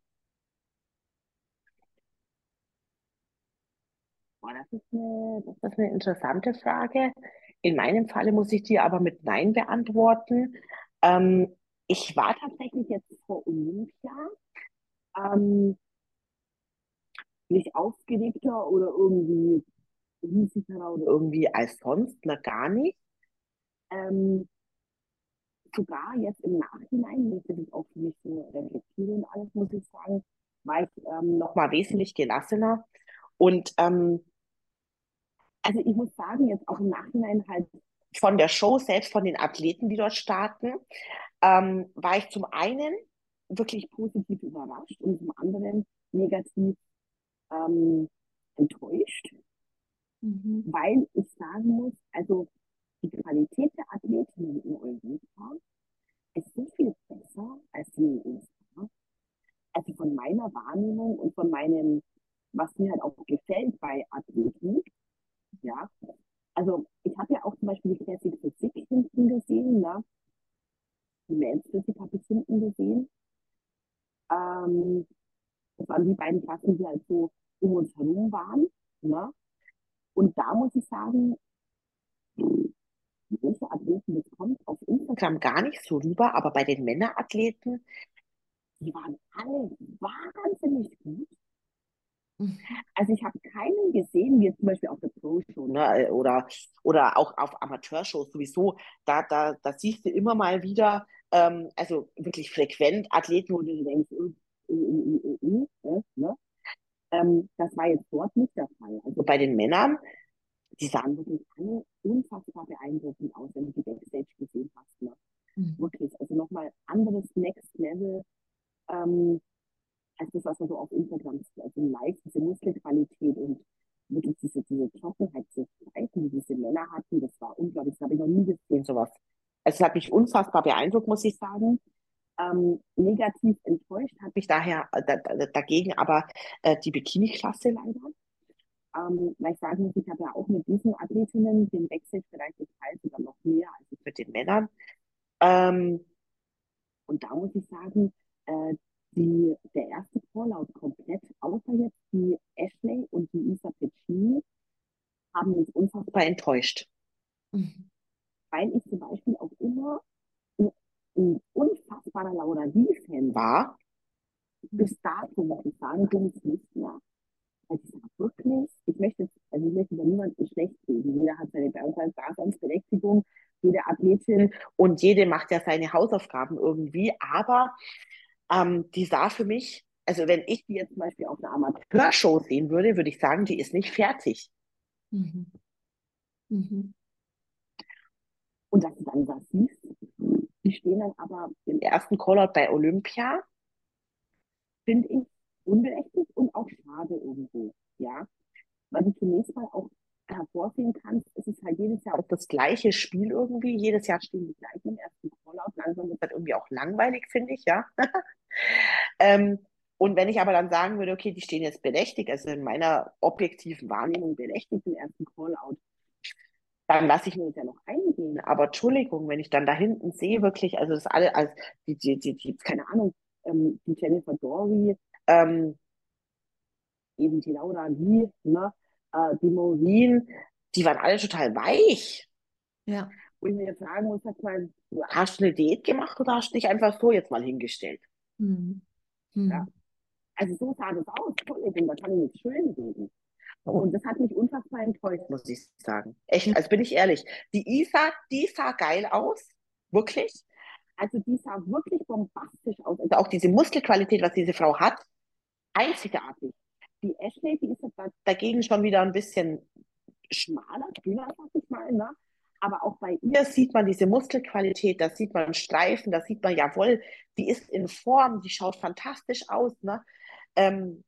boah, das ist eine interessante Frage. In meinem Falle muss ich dir aber mit Nein beantworten. Ich war tatsächlich jetzt vor Olympia ähm, nicht aufgeregter oder irgendwie unsicherer oder irgendwie als sonst, na gar nicht. Ähm, Sogar jetzt im Nachhinein, wenn ich das auch für mich so reflektiere und alles, muss ich sagen, war ich noch mal wesentlich gelassener. Und also ich muss sagen, jetzt auch im Nachhinein halt von der Show selbst, von den Athleten, die dort starten, war ich zum einen wirklich positiv überrascht und zum anderen negativ ähm, enttäuscht, Mhm. weil ich sagen muss, also die Qualität der Athletinnen in Europa ist so viel besser als in den USA. Also von meiner Wahrnehmung und von meinem, was mir halt auch gefällt bei Athleten, ja. Also ich habe ja auch zum Beispiel die Classic Physik hinten gesehen, ne? Die Men's Physik habe ich hinten gesehen. Ähm, Das waren die beiden Klassen, die halt so um uns herum waren. Ne? Und da muss ich sagen, welche Athleten das kommt auf Instagram gar nicht so rüber, aber bei den Männerathleten, die waren alle wahnsinnig gut. Mhm. Also ich habe keinen gesehen, wie jetzt zum Beispiel auf der Pro-Show, ne? Oder auch auf Amateurshows sowieso. Da siehst du immer mal wieder, also wirklich frequent Athleten, wo du dir denkst, ne? Das war jetzt dort nicht der Fall. Also bei den Männern, die sahen wirklich alle unfassbar beeindruckend aus, wenn du die Backstage gesehen hast. Ne? Mhm. Wirklich, also nochmal anderes Next Level ähm, als das, was man so auf Instagram sieht. Also live, diese Muskelqualität und wirklich diese Trockenheit, diese Streifen, die diese Männer hatten, das war unglaublich. Das habe ich noch nie gesehen, sowas. Also es hat mich unfassbar beeindruckt, muss ich sagen. Negativ enttäuscht hat mich daher dagegen aber die Bikini-Klasse leider. Weil ich sagen muss, ich habe ja auch mit diesen Athletinnen den Backstage-Bereich geteilt, sogar noch mehr als mit den Männern. Ähm, und da muss ich sagen, äh, der erste Vorlauf komplett, außer jetzt die Ashley und die Isa Piccini, haben mich unfassbar enttäuscht. Mhm. Weil ich zum Beispiel auch immer ein unfassbarer Laura Lee-Fan war. Bis dato, muss ich sagen, bin ich nicht mehr. Also ich sage wirklich, ich möchte über niemanden schlecht reden. Jeder hat seine Daseinsberechtigung, jede Athletin und jede macht ja seine Hausaufgaben irgendwie. Aber die sah für mich, also wenn ich die jetzt zum Beispiel auf einer Amateurshow sehen würde, würde ich sagen, die ist nicht fertig. Mhm. Mhm. Und dass du dann was siehst, die stehen dann aber im ersten Callout bei Olympia, finde ich unberechtigt und auch schade irgendwo. Ja, weil du zunächst mal auch hervorsehen kannst, es ist halt jedes Jahr auch das gleiche Spiel irgendwie. Jedes Jahr stehen die gleichen im ersten Callout. Langsam wird es halt irgendwie auch langweilig, finde ich, ja. ähm, und wenn ich aber dann sagen würde, okay, die stehen jetzt berechtigt, also in meiner objektiven Wahrnehmung berechtigt im ersten Callout, dann lasse ich mir das ja noch eingehen. Aber Entschuldigung, wenn ich dann da hinten sehe, wirklich, also das alle, also keine Ahnung, die Jennifer Dory, ähm, eben die Laura Lee, ne, die Maureen, die waren alle total weich. Ja. Wo ich mir jetzt sagen muss, sag mal, hast du eine Diät gemacht oder hast du dich einfach so jetzt mal hingestellt? Mhm. Ja. Mhm. Also so sah das aus, Entschuldigung, da kann ich nicht schön reden. Und das hat mich unfassbar enttäuscht, muss ich sagen. Echt, also bin ich ehrlich. Die sah geil aus, wirklich. Also die sah wirklich bombastisch aus. Also auch diese Muskelqualität, was diese Frau hat, einzigartig. Die Ashley, die ist dagegen schon wieder ein bisschen schmaler, dünner, sag ich mal, ne? Aber auch bei ihr sieht man diese Muskelqualität, da sieht man Streifen, da sieht man, jawohl, die ist in Form, die schaut fantastisch aus, ne? Ähm,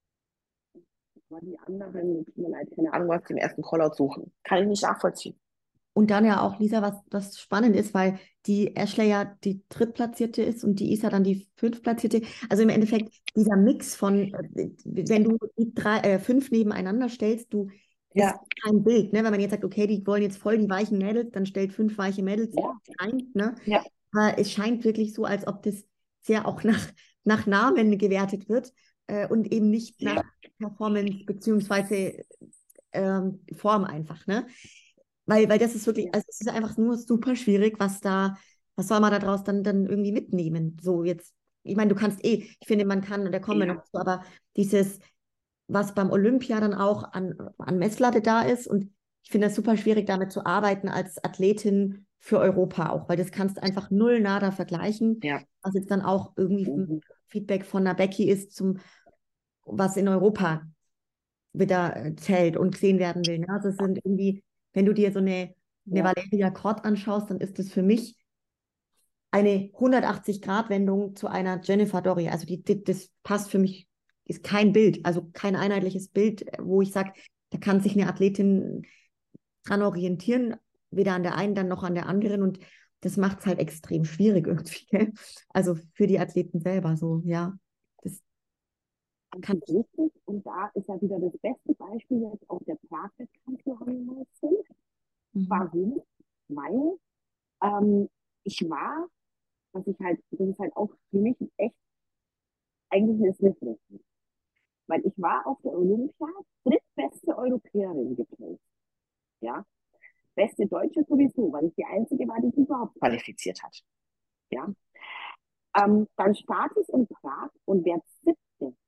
aber die anderen, tut mir leid, keine Ahnung, was die im ersten Callout suchen. Kann ich nicht nachvollziehen. Und dann ja auch, Lisa, was spannend ist, weil die Ashley ja die Drittplatzierte ist und die Isa dann die Fünftplatzierte. Also im Endeffekt dieser Mix von, wenn du die fünf nebeneinander stellst, das ist Ja, kein Bild, ne? Wenn man jetzt sagt, okay, die wollen jetzt voll die weichen Mädels, dann stellt fünf weiche Mädels ja, rein, ne? ja, Aber es scheint wirklich so, als ob das sehr auch nach Namen gewertet wird und eben nicht nach ja, Performance beziehungsweise Form einfach, ne? Weil das ist wirklich, ja, also es ist einfach nur super schwierig, was soll man da draus dann irgendwie mitnehmen? So jetzt, ich meine, du kannst ich finde, man kann, da kommen wir noch ja, zu, aber dieses, was beim Olympia dann auch an Messlatte da ist und ich finde das super schwierig, damit zu arbeiten als Athletin für Europa auch, weil das kannst du einfach null nada vergleichen, ja, was jetzt dann auch irgendwie mhm, Feedback von einer Becky ist was in Europa wieder zählt und gesehen werden will. Ne? Also es sind irgendwie, wenn du dir so eine ja, Valeria Kort anschaust, dann ist das für mich eine 180-Grad-Wendung zu einer Jennifer Dory. Also das passt für mich, ist kein Bild, also kein einheitliches Bild, wo ich sage, da kann sich eine Athletin dran orientieren, weder an der einen, dann noch an der anderen. Und das macht es halt extrem schwierig irgendwie. Gell? Also für die Athleten selber so, ja. Das kann absolut richtig. Und da ist ja wieder das beste Beispiel jetzt auch der Prag-Wettkampf Johannes. mhm. Warum? Weil ähm, ich war, das ist halt auch für mich echt eigentlich eine Sniffle. Weil ich war auf der Olympia drittbeste Europäerin geplaced. Ja, beste Deutsche sowieso, weil ich die einzige war, die sich überhaupt qualifiziert hat. Ja, dann starte ich in Prag und werde siebte.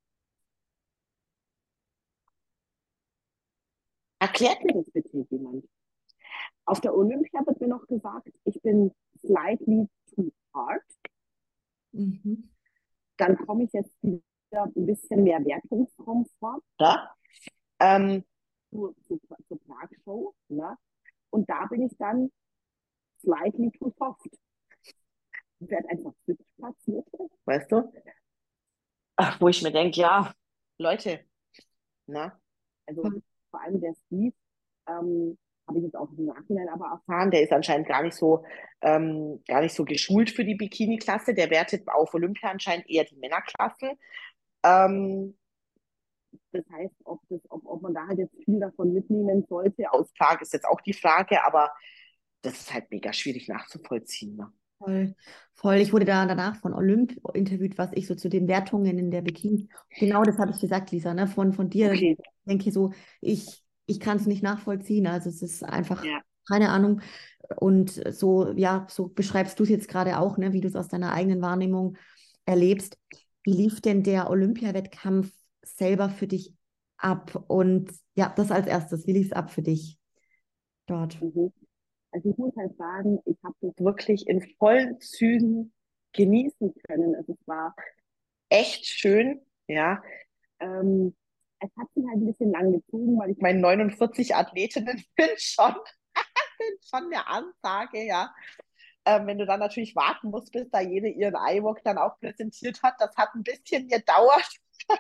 Erklärt mir das bitte jemand? Auf der Olympia wird mir noch gesagt, ich bin slightly too hard. Mhm. Dann komme ich jetzt wieder ein bisschen mehr Wertungskomfort. Ja? Ähm, zur Prag-Show. Ne? Und da bin ich dann slightly too soft. Ich werde einfach platziert, weißt du? Ach, wo ich mir denke, ja, Leute, na, also vor allem der Steve, habe ich jetzt auch im Nachhinein aber erfahren, der ist anscheinend gar nicht so geschult für die Bikini-Klasse. Der wertet auf Olympia anscheinend eher die Männerklassen. Ähm, das heißt, ob man da halt jetzt viel davon mitnehmen sollte, aus Prag ist jetzt auch die Frage, aber das ist halt mega schwierig nachzuvollziehen. Ne? Voll, voll. Ich wurde da danach von Olymp interviewt, was ich so zu den Wertungen in der Bikini. Genau das habe ich gesagt, Lisa, ne? Von dir. Ich Okay, denke so, ich kann es nicht nachvollziehen. Also es ist einfach ja. keine Ahnung. Und so, ja, so beschreibst du es jetzt gerade auch, ne? Wie du es aus deiner eigenen Wahrnehmung erlebst. Wie lief denn der Olympiawettkampf selber für dich ab? Und ja, das als erstes. Wie lief es ab für dich dort? Mhm. Also ich muss halt sagen, ich habe das wirklich in vollen Zügen genießen können. Also es war echt schön, ja. Ähm, Es hat sich halt ein bisschen lang gezogen, weil ich meine 49 Athletinnen sind schon eine Ansage, ja. Wenn du dann natürlich warten musst, bis da jede ihren iWalk dann auch präsentiert hat, das hat ein bisschen gedauert.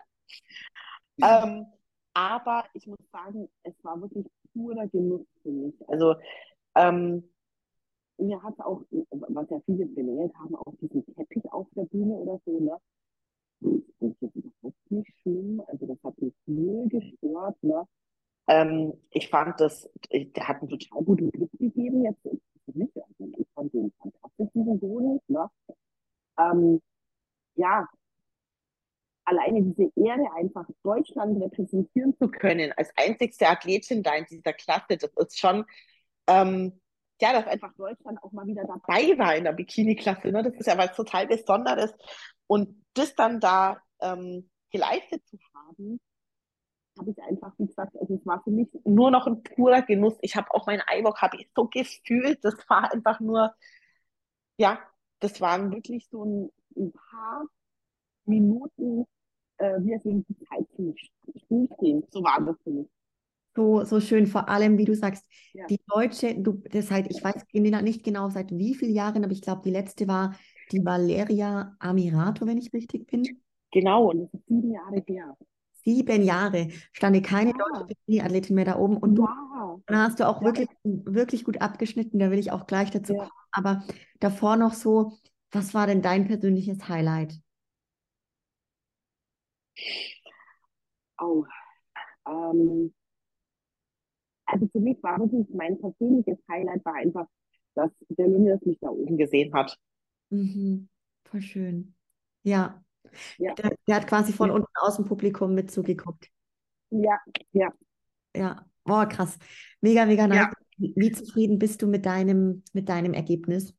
Ähm, aber ich muss sagen, es war wirklich purer Genuss für mich. Also ähm, mir hat auch, was ja viele bemängelt haben, auch diesen Teppich auf der Bühne oder so, ne? Das ist überhaupt nicht schlimm. Also das hat mich null gestört, ne? Ich fand das, der hat einen total guten Griff gegeben jetzt für mich. Also ich fand den fantastisch, diesen Boden, ne? Ähm, ja, alleine diese Ehre, einfach Deutschland repräsentieren zu können, als einzigste Athletin da in dieser Klasse, das ist schon, ähm, ja, dass einfach Deutschland auch mal wieder dabei war in der Bikini-Klasse. Ne? Das ist ja was total Besonderes. Und das dann da geleistet zu haben, habe ich einfach, wie gesagt, also es war für mich nur noch ein purer Genuss. Ich habe auch mein iWalk, habe ich so gefühlt. Das war einfach nur, ja, das waren wirklich so ein paar Minuten, wie es in die Zeit ziemlich stillstehen. So war das für mich. So, so schön, vor allem, wie du sagst, Ja, die Deutsche, du, das halt, ich weiß nicht genau seit wie vielen Jahren, aber ich glaube, die letzte war die Valeria Amirato, wenn ich richtig bin. genau, und das ist 7 Jahre her. 7 Jahre stand keine deutsche Ja, Bikini-Athletin mehr da oben und du, ja, da hast du auch ja, wirklich, wirklich gut abgeschnitten, da will ich auch gleich dazu ja. kommen. Aber davor noch so, was war denn dein persönliches Highlight? Oh, ähm, also für mich war wirklich mein persönliches Highlight war einfach, dass der Lünius mich da oben gesehen hat. Mhm. Voll schön. Ja, Ja, der hat quasi von ja, unten aus dem Publikum mit zugeguckt. ja, ja, Ja, boah, krass. Mega, mega nice. ja. Wie zufrieden bist du mit deinem Ergebnis?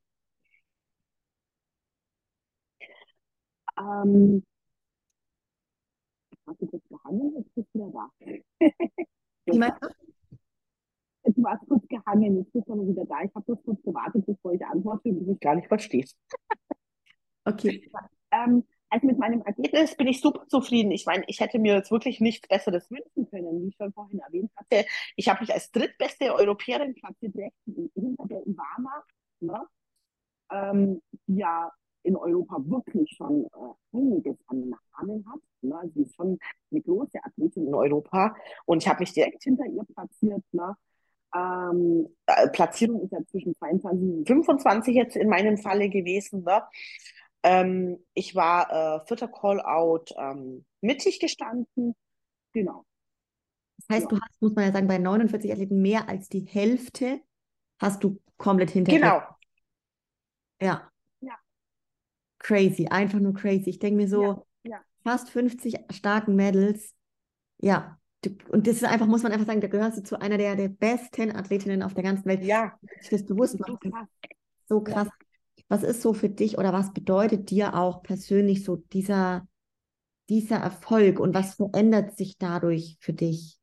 Ähm, Hast du kurz gehangen? Jetzt bist du wieder da. Wie meinst du? Du warst kurz gehangen, jetzt bist du aber wieder da. Ich habe bloß kurz gewartet, bevor ich antworte und du mich gar nicht verstehst. Okay. Also mit meinem Ergebnis bin ich super zufrieden. Ich meine, ich hätte mir jetzt wirklich nichts Besseres wünschen können, wie ich schon vorhin erwähnt hatte. Ich habe mich als drittbeste Europäerin platziert, direkt hinter der Ivana, ne? Die ja in Europa wirklich schon einiges an Namen hat. Ne? Sie ist schon eine große Athletin in Europa und ich habe mich direkt hinter ihr platziert. Ne? Platzierung ist ja zwischen 22 und 25 jetzt in meinem Falle gewesen. Ne? Ich war vierter Call-out mittig gestanden. Genau. Das heißt, Ja. du hast, muss man ja sagen, bei 49 Athleten mehr als die Hälfte hast du komplett hinter dir. Genau. Ja, Ja, crazy, einfach nur crazy. Ich denke mir ja, so, ja, fast 50 starken Medals. Ja, und das ist einfach, muss man einfach sagen, da gehörst du zu einer der besten Athletinnen auf der ganzen Welt. ja. Wenn sich das Das bewusst ist macht, so das ist krass. so Ja. krass. Was ist so für dich oder was bedeutet dir auch persönlich so dieser Erfolg und was verändert sich dadurch für dich?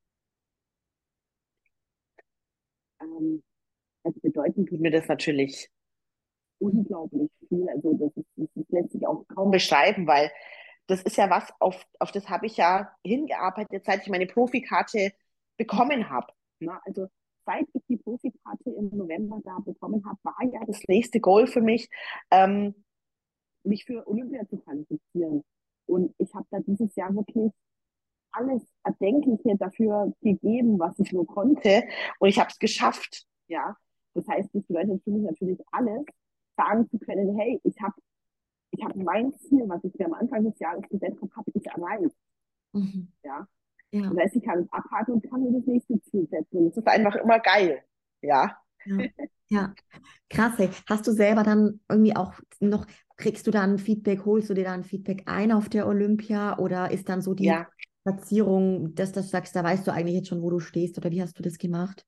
Ähm, also bedeuten tut mir das natürlich unglaublich viel. Also das lässt sich auch kaum beschreiben, weil das ist ja was, auf das habe ich ja hingearbeitet, seit ich meine Profikarte bekommen habe. Ne? Also seit ich die Profikarte im November da bekommen habe, war ja das nächste Goal für mich, ähm, mich für Olympia zu qualifizieren. Und ich habe da dieses Jahr wirklich alles Erdenkliche dafür gegeben, was ich nur konnte. Und ich habe es geschafft. Ja, das heißt, das bedeutet für mich natürlich alles, sagen zu können, hey, ich hab mein Ziel, was ich mir am Anfang des Jahres gesetzt habe, habe ich erreicht. Mhm. Ja, Ja, das heißt, ich kann es abhaken und kann mir das nächste Ziel setzen. Und es ist einfach immer geil. Ja, ja. Ja, krass. Ey. Hast du selber dann irgendwie auch noch, kriegst du dann Feedback, holst du dir dann Feedback ein auf der Olympia oder ist dann so die Ja, Platzierung, dass du sagst, da weißt du eigentlich jetzt schon, wo du stehst oder wie hast du das gemacht?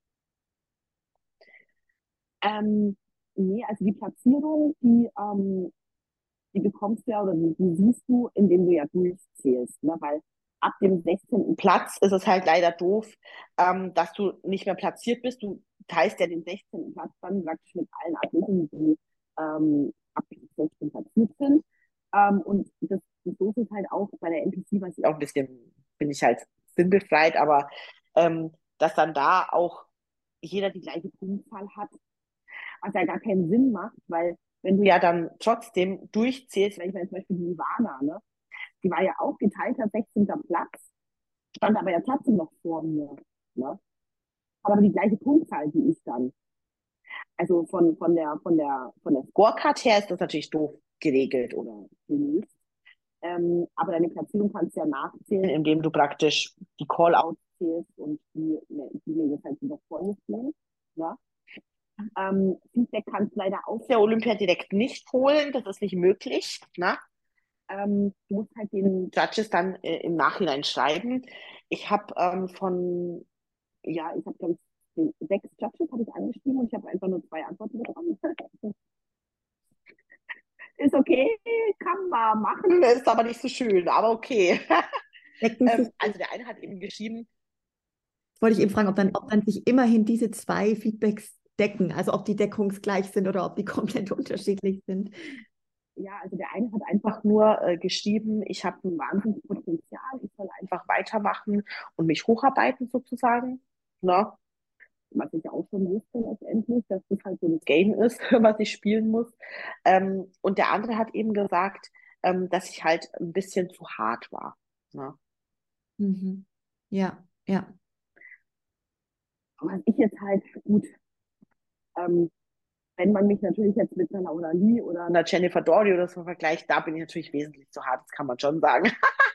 ähm, nee, also die Platzierung, die bekommst du ja oder die siehst du, indem du ja durchzählst. Ne? Weil ab dem 16. Platz ist es halt leider doof, dass du nicht mehr platziert bist. Du teilst ja den 16. Platz dann praktisch mit allen Athleten, die ab 16 platziert sind. Und das Doof ist halt auch bei der NPC, was ich auch ein bisschen, bin ich halt sinnbefreit, aber dass dann da auch jeder die gleiche Punktzahl hat, was ja gar keinen Sinn macht, weil wenn du ja dann trotzdem durchzählst, wenn ich meine zum Beispiel die Ivana, ne, die war ja auch geteilter 16. Platz, stand aber ja trotzdem noch vor mir. Ne? Hat aber die gleiche Punktzahl wie ich dann. Also von der Scorecard her ist das natürlich doof geregelt oder gelöst. Aber deine Platzierung kannst du ja nachzählen, indem du praktisch die Call-Outs zählst und die mir jetzt halt wieder vorstellen. Ja? Feedback kannst du leider aus der Olympia direkt nicht holen, das ist nicht möglich. Ne? Du musst halt den Judges dann im Nachhinein schreiben. Ich habe ich habe glaube ich 6 Judges habe ich angeschrieben und ich habe einfach nur 2 Antworten bekommen. Ist okay, kann man machen, ist aber nicht so schön, aber okay. Decken sich, das Also der eine hat eben geschrieben, wollte ich eben fragen, ob dann sich immerhin diese zwei Feedbacks decken, also ob die deckungsgleich sind oder ob die komplett unterschiedlich sind. ja, also der eine hat einfach nur geschrieben, ich habe ein Wahnsinnspotenzial, ich soll einfach weitermachen und mich hocharbeiten sozusagen. Ne? Was ich auch schon wusste letztendlich, dass das halt so ein Game ist, was ich spielen muss. Und der andere hat eben gesagt, dass ich halt ein bisschen zu hart war. Ne? Mhm. Ja, ja. Was ich jetzt halt gut, ähm, wenn man mich natürlich jetzt mit einer Laura Lee oder einer Jennifer Dory oder so vergleicht, da bin ich natürlich wesentlich zu hart, das kann man schon sagen.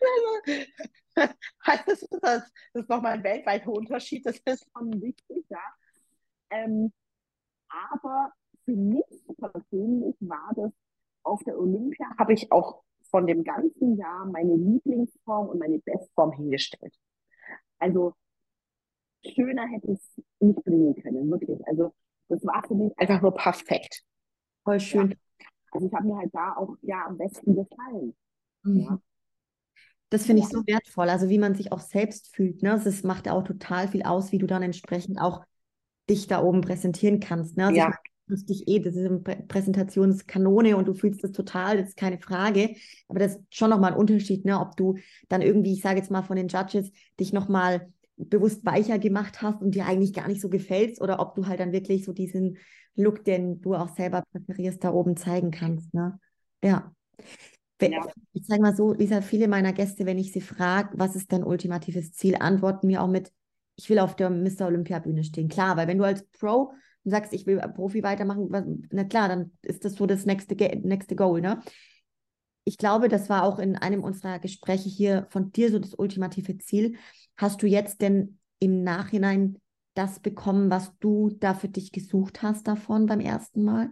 Das ist nochmal ein weltweiter Unterschied, das ist schon wichtig, ja. Ähm, aber für mich persönlich war das auf der Olympia, habe ich auch von dem ganzen Jahr meine Lieblingsform und meine Bestform hingestellt. Also schöner hätte ich es nicht bringen können, wirklich. Also das war für mich einfach nur perfekt. Voll Ja. schön. Also ich habe mir halt da auch ja am besten gefallen. Mhm. Ja. Das finde ich so wertvoll, also wie man sich auch selbst fühlt, ne? Das macht ja auch total viel aus, wie du dann entsprechend auch dich da oben präsentieren kannst, ne? Also ich Ja, meine, du fühlst dich das ist eine Präsentationskanone und du fühlst das total, das ist keine Frage, aber das ist schon nochmal ein Unterschied, ne? Ob du dann irgendwie, ich sage jetzt mal von den Judges, dich nochmal bewusst weicher gemacht hast und dir eigentlich gar nicht so gefällst oder ob du halt dann wirklich so diesen Look, den du auch selber präferierst, da oben zeigen kannst, ne? Ja. ja, Ich sage mal so, Lisa, viele meiner Gäste, wenn ich sie frage, was ist dein ultimatives Ziel, antworten mir auch mit, ich will auf der Mr. Olympia-Bühne stehen. Klar, weil wenn du als Pro sagst, ich will Profi weitermachen, na klar, dann ist das so das nächste Goal, ne? Ich glaube, das war auch in einem unserer Gespräche hier von dir so das ultimative Ziel. Hast du jetzt denn im Nachhinein das bekommen, was du da für dich gesucht hast davon beim ersten Mal?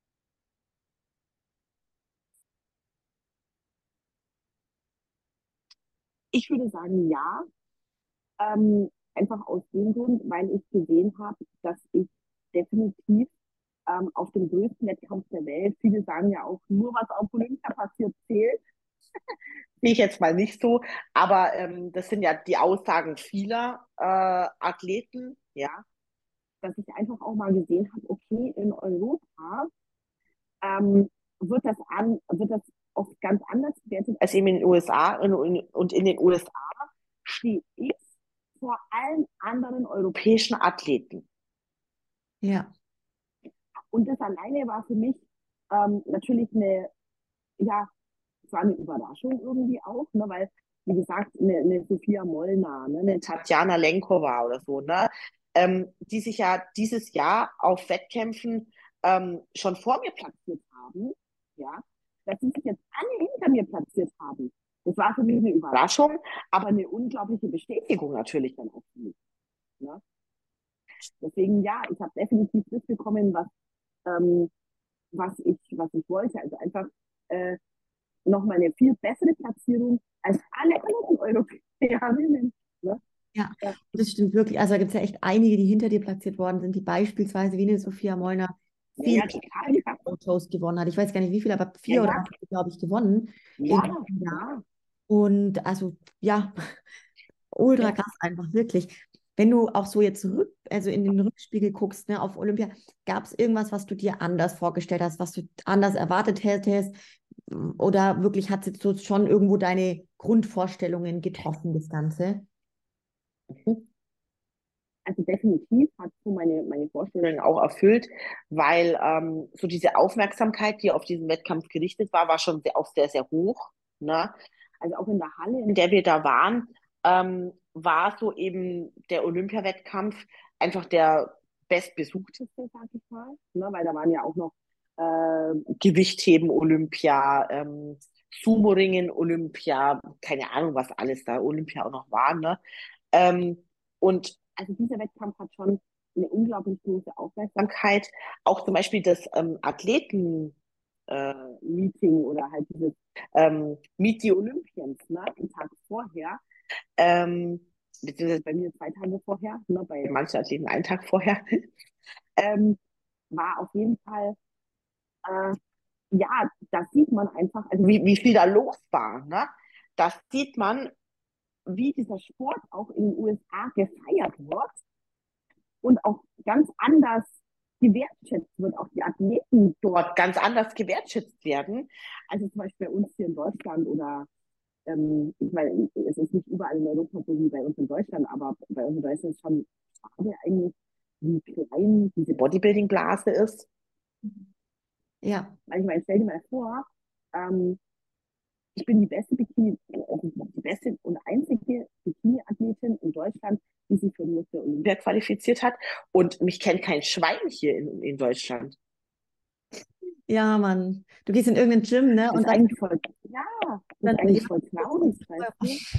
ich würde sagen ja. Einfach aus dem Grund, weil ich gesehen habe, dass ich definitiv auf dem größten Wettkampf der Welt, viele sagen ja auch, nur was auf Olympia passiert zählt, sehe ich jetzt mal nicht so, aber das sind ja die Aussagen vieler Athleten, ja, dass ich einfach auch mal gesehen habe, okay, in Europa ähm, wird das oft ganz anders bewertet als eben in den USA und in den USA stehe ich vor allen anderen europäischen Athleten. Ja, Und das alleine war für mich natürlich ja, es war eine Überraschung irgendwie auch, ne, weil, wie gesagt, eine Sophia Molnar, ne, eine Tatjana Lenkova oder so, ne, die sich ja dieses Jahr auf Wettkämpfen schon vor mir platziert haben, ja, dass sie sich jetzt alle hinter mir platziert haben. Das war für mich eine Überraschung, aber eine unglaubliche Bestätigung natürlich dann auch für mich. Ne? Deswegen ja, ich habe definitiv das bekommen, ähm, was ich wollte. Also einfach nochmal eine viel bessere Platzierung als alle anderen Europäerinnen. Ne? Ja, Ja, das stimmt wirklich. Also da gibt es ja echt einige, die hinter dir platziert worden sind, die beispielsweise wie eine Sophia Mollner ja, viele ja, total krass. Shows gewonnen hat. Ich weiß gar nicht wie viel, aber Ja, 4 oder ja, 8, glaube ich, gewonnen in ja, diesem Jahr. ja, Und also ja, ultra ja. krass einfach, wirklich. Wenn du auch so jetzt also in den Rückspiegel guckst, ne, auf Olympia, gab es irgendwas, was du dir anders vorgestellt hast, was du anders erwartet hättest? Oder wirklich hat es jetzt so schon irgendwo deine Grundvorstellungen getroffen, das Ganze? Mhm. Also definitiv hat so meine Vorstellungen auch erfüllt, weil so diese Aufmerksamkeit, die auf diesen Wettkampf gerichtet war, war schon auch sehr, sehr hoch. Ne? Also auch in der Halle, in der wir da waren, war so eben der Olympiawettkampf einfach der bestbesuchteste, sag ich mal. Ne? Weil da waren ja auch noch Gewichtheben Olympia, Sumo-Ringen Olympia, keine Ahnung, was alles da Olympia auch noch war. Ne? Ähm, und also dieser Wettkampf hat schon eine unglaublich große Aufmerksamkeit. Auch zum Beispiel das Athleten-Meeting oder halt dieses Meet the Olympians, ne, einen Tag vorher, beziehungsweise bei mir 2 Tage vorher, ne, bei manchen Athleten einen Tag vorher, ähm, war auf jeden Fall, äh, ja, da sieht man einfach, also wie viel da los war. Ne? Das sieht man, wie dieser Sport auch in den USA gefeiert wird und auch ganz anders gewertschätzt wird, auch die Athleten dort ganz anders gewertschätzt werden. Also zum Beispiel bei uns hier in Deutschland oder ich meine, es ist nicht überall in Europa so wie bei uns in Deutschland, aber bei uns in Deutschland ist es schon schade eigentlich, wie klein diese Bodybuilding-Blase ist. Ja. Weil ich meine, stell dir mal vor, ähm, ich bin die beste Bikini, also die beste und einzige Bikini-Athletin in Deutschland, die sich für die Olympia qualifiziert hat. Und mich kennt kein Schwein hier in Deutschland. Ja, Mann. Du gehst in irgendein Gym, ne? Das Und ist eigentlich voll, ja, das dann ist eigentlich jemand voll so traurig, 50 weißt Euro. du?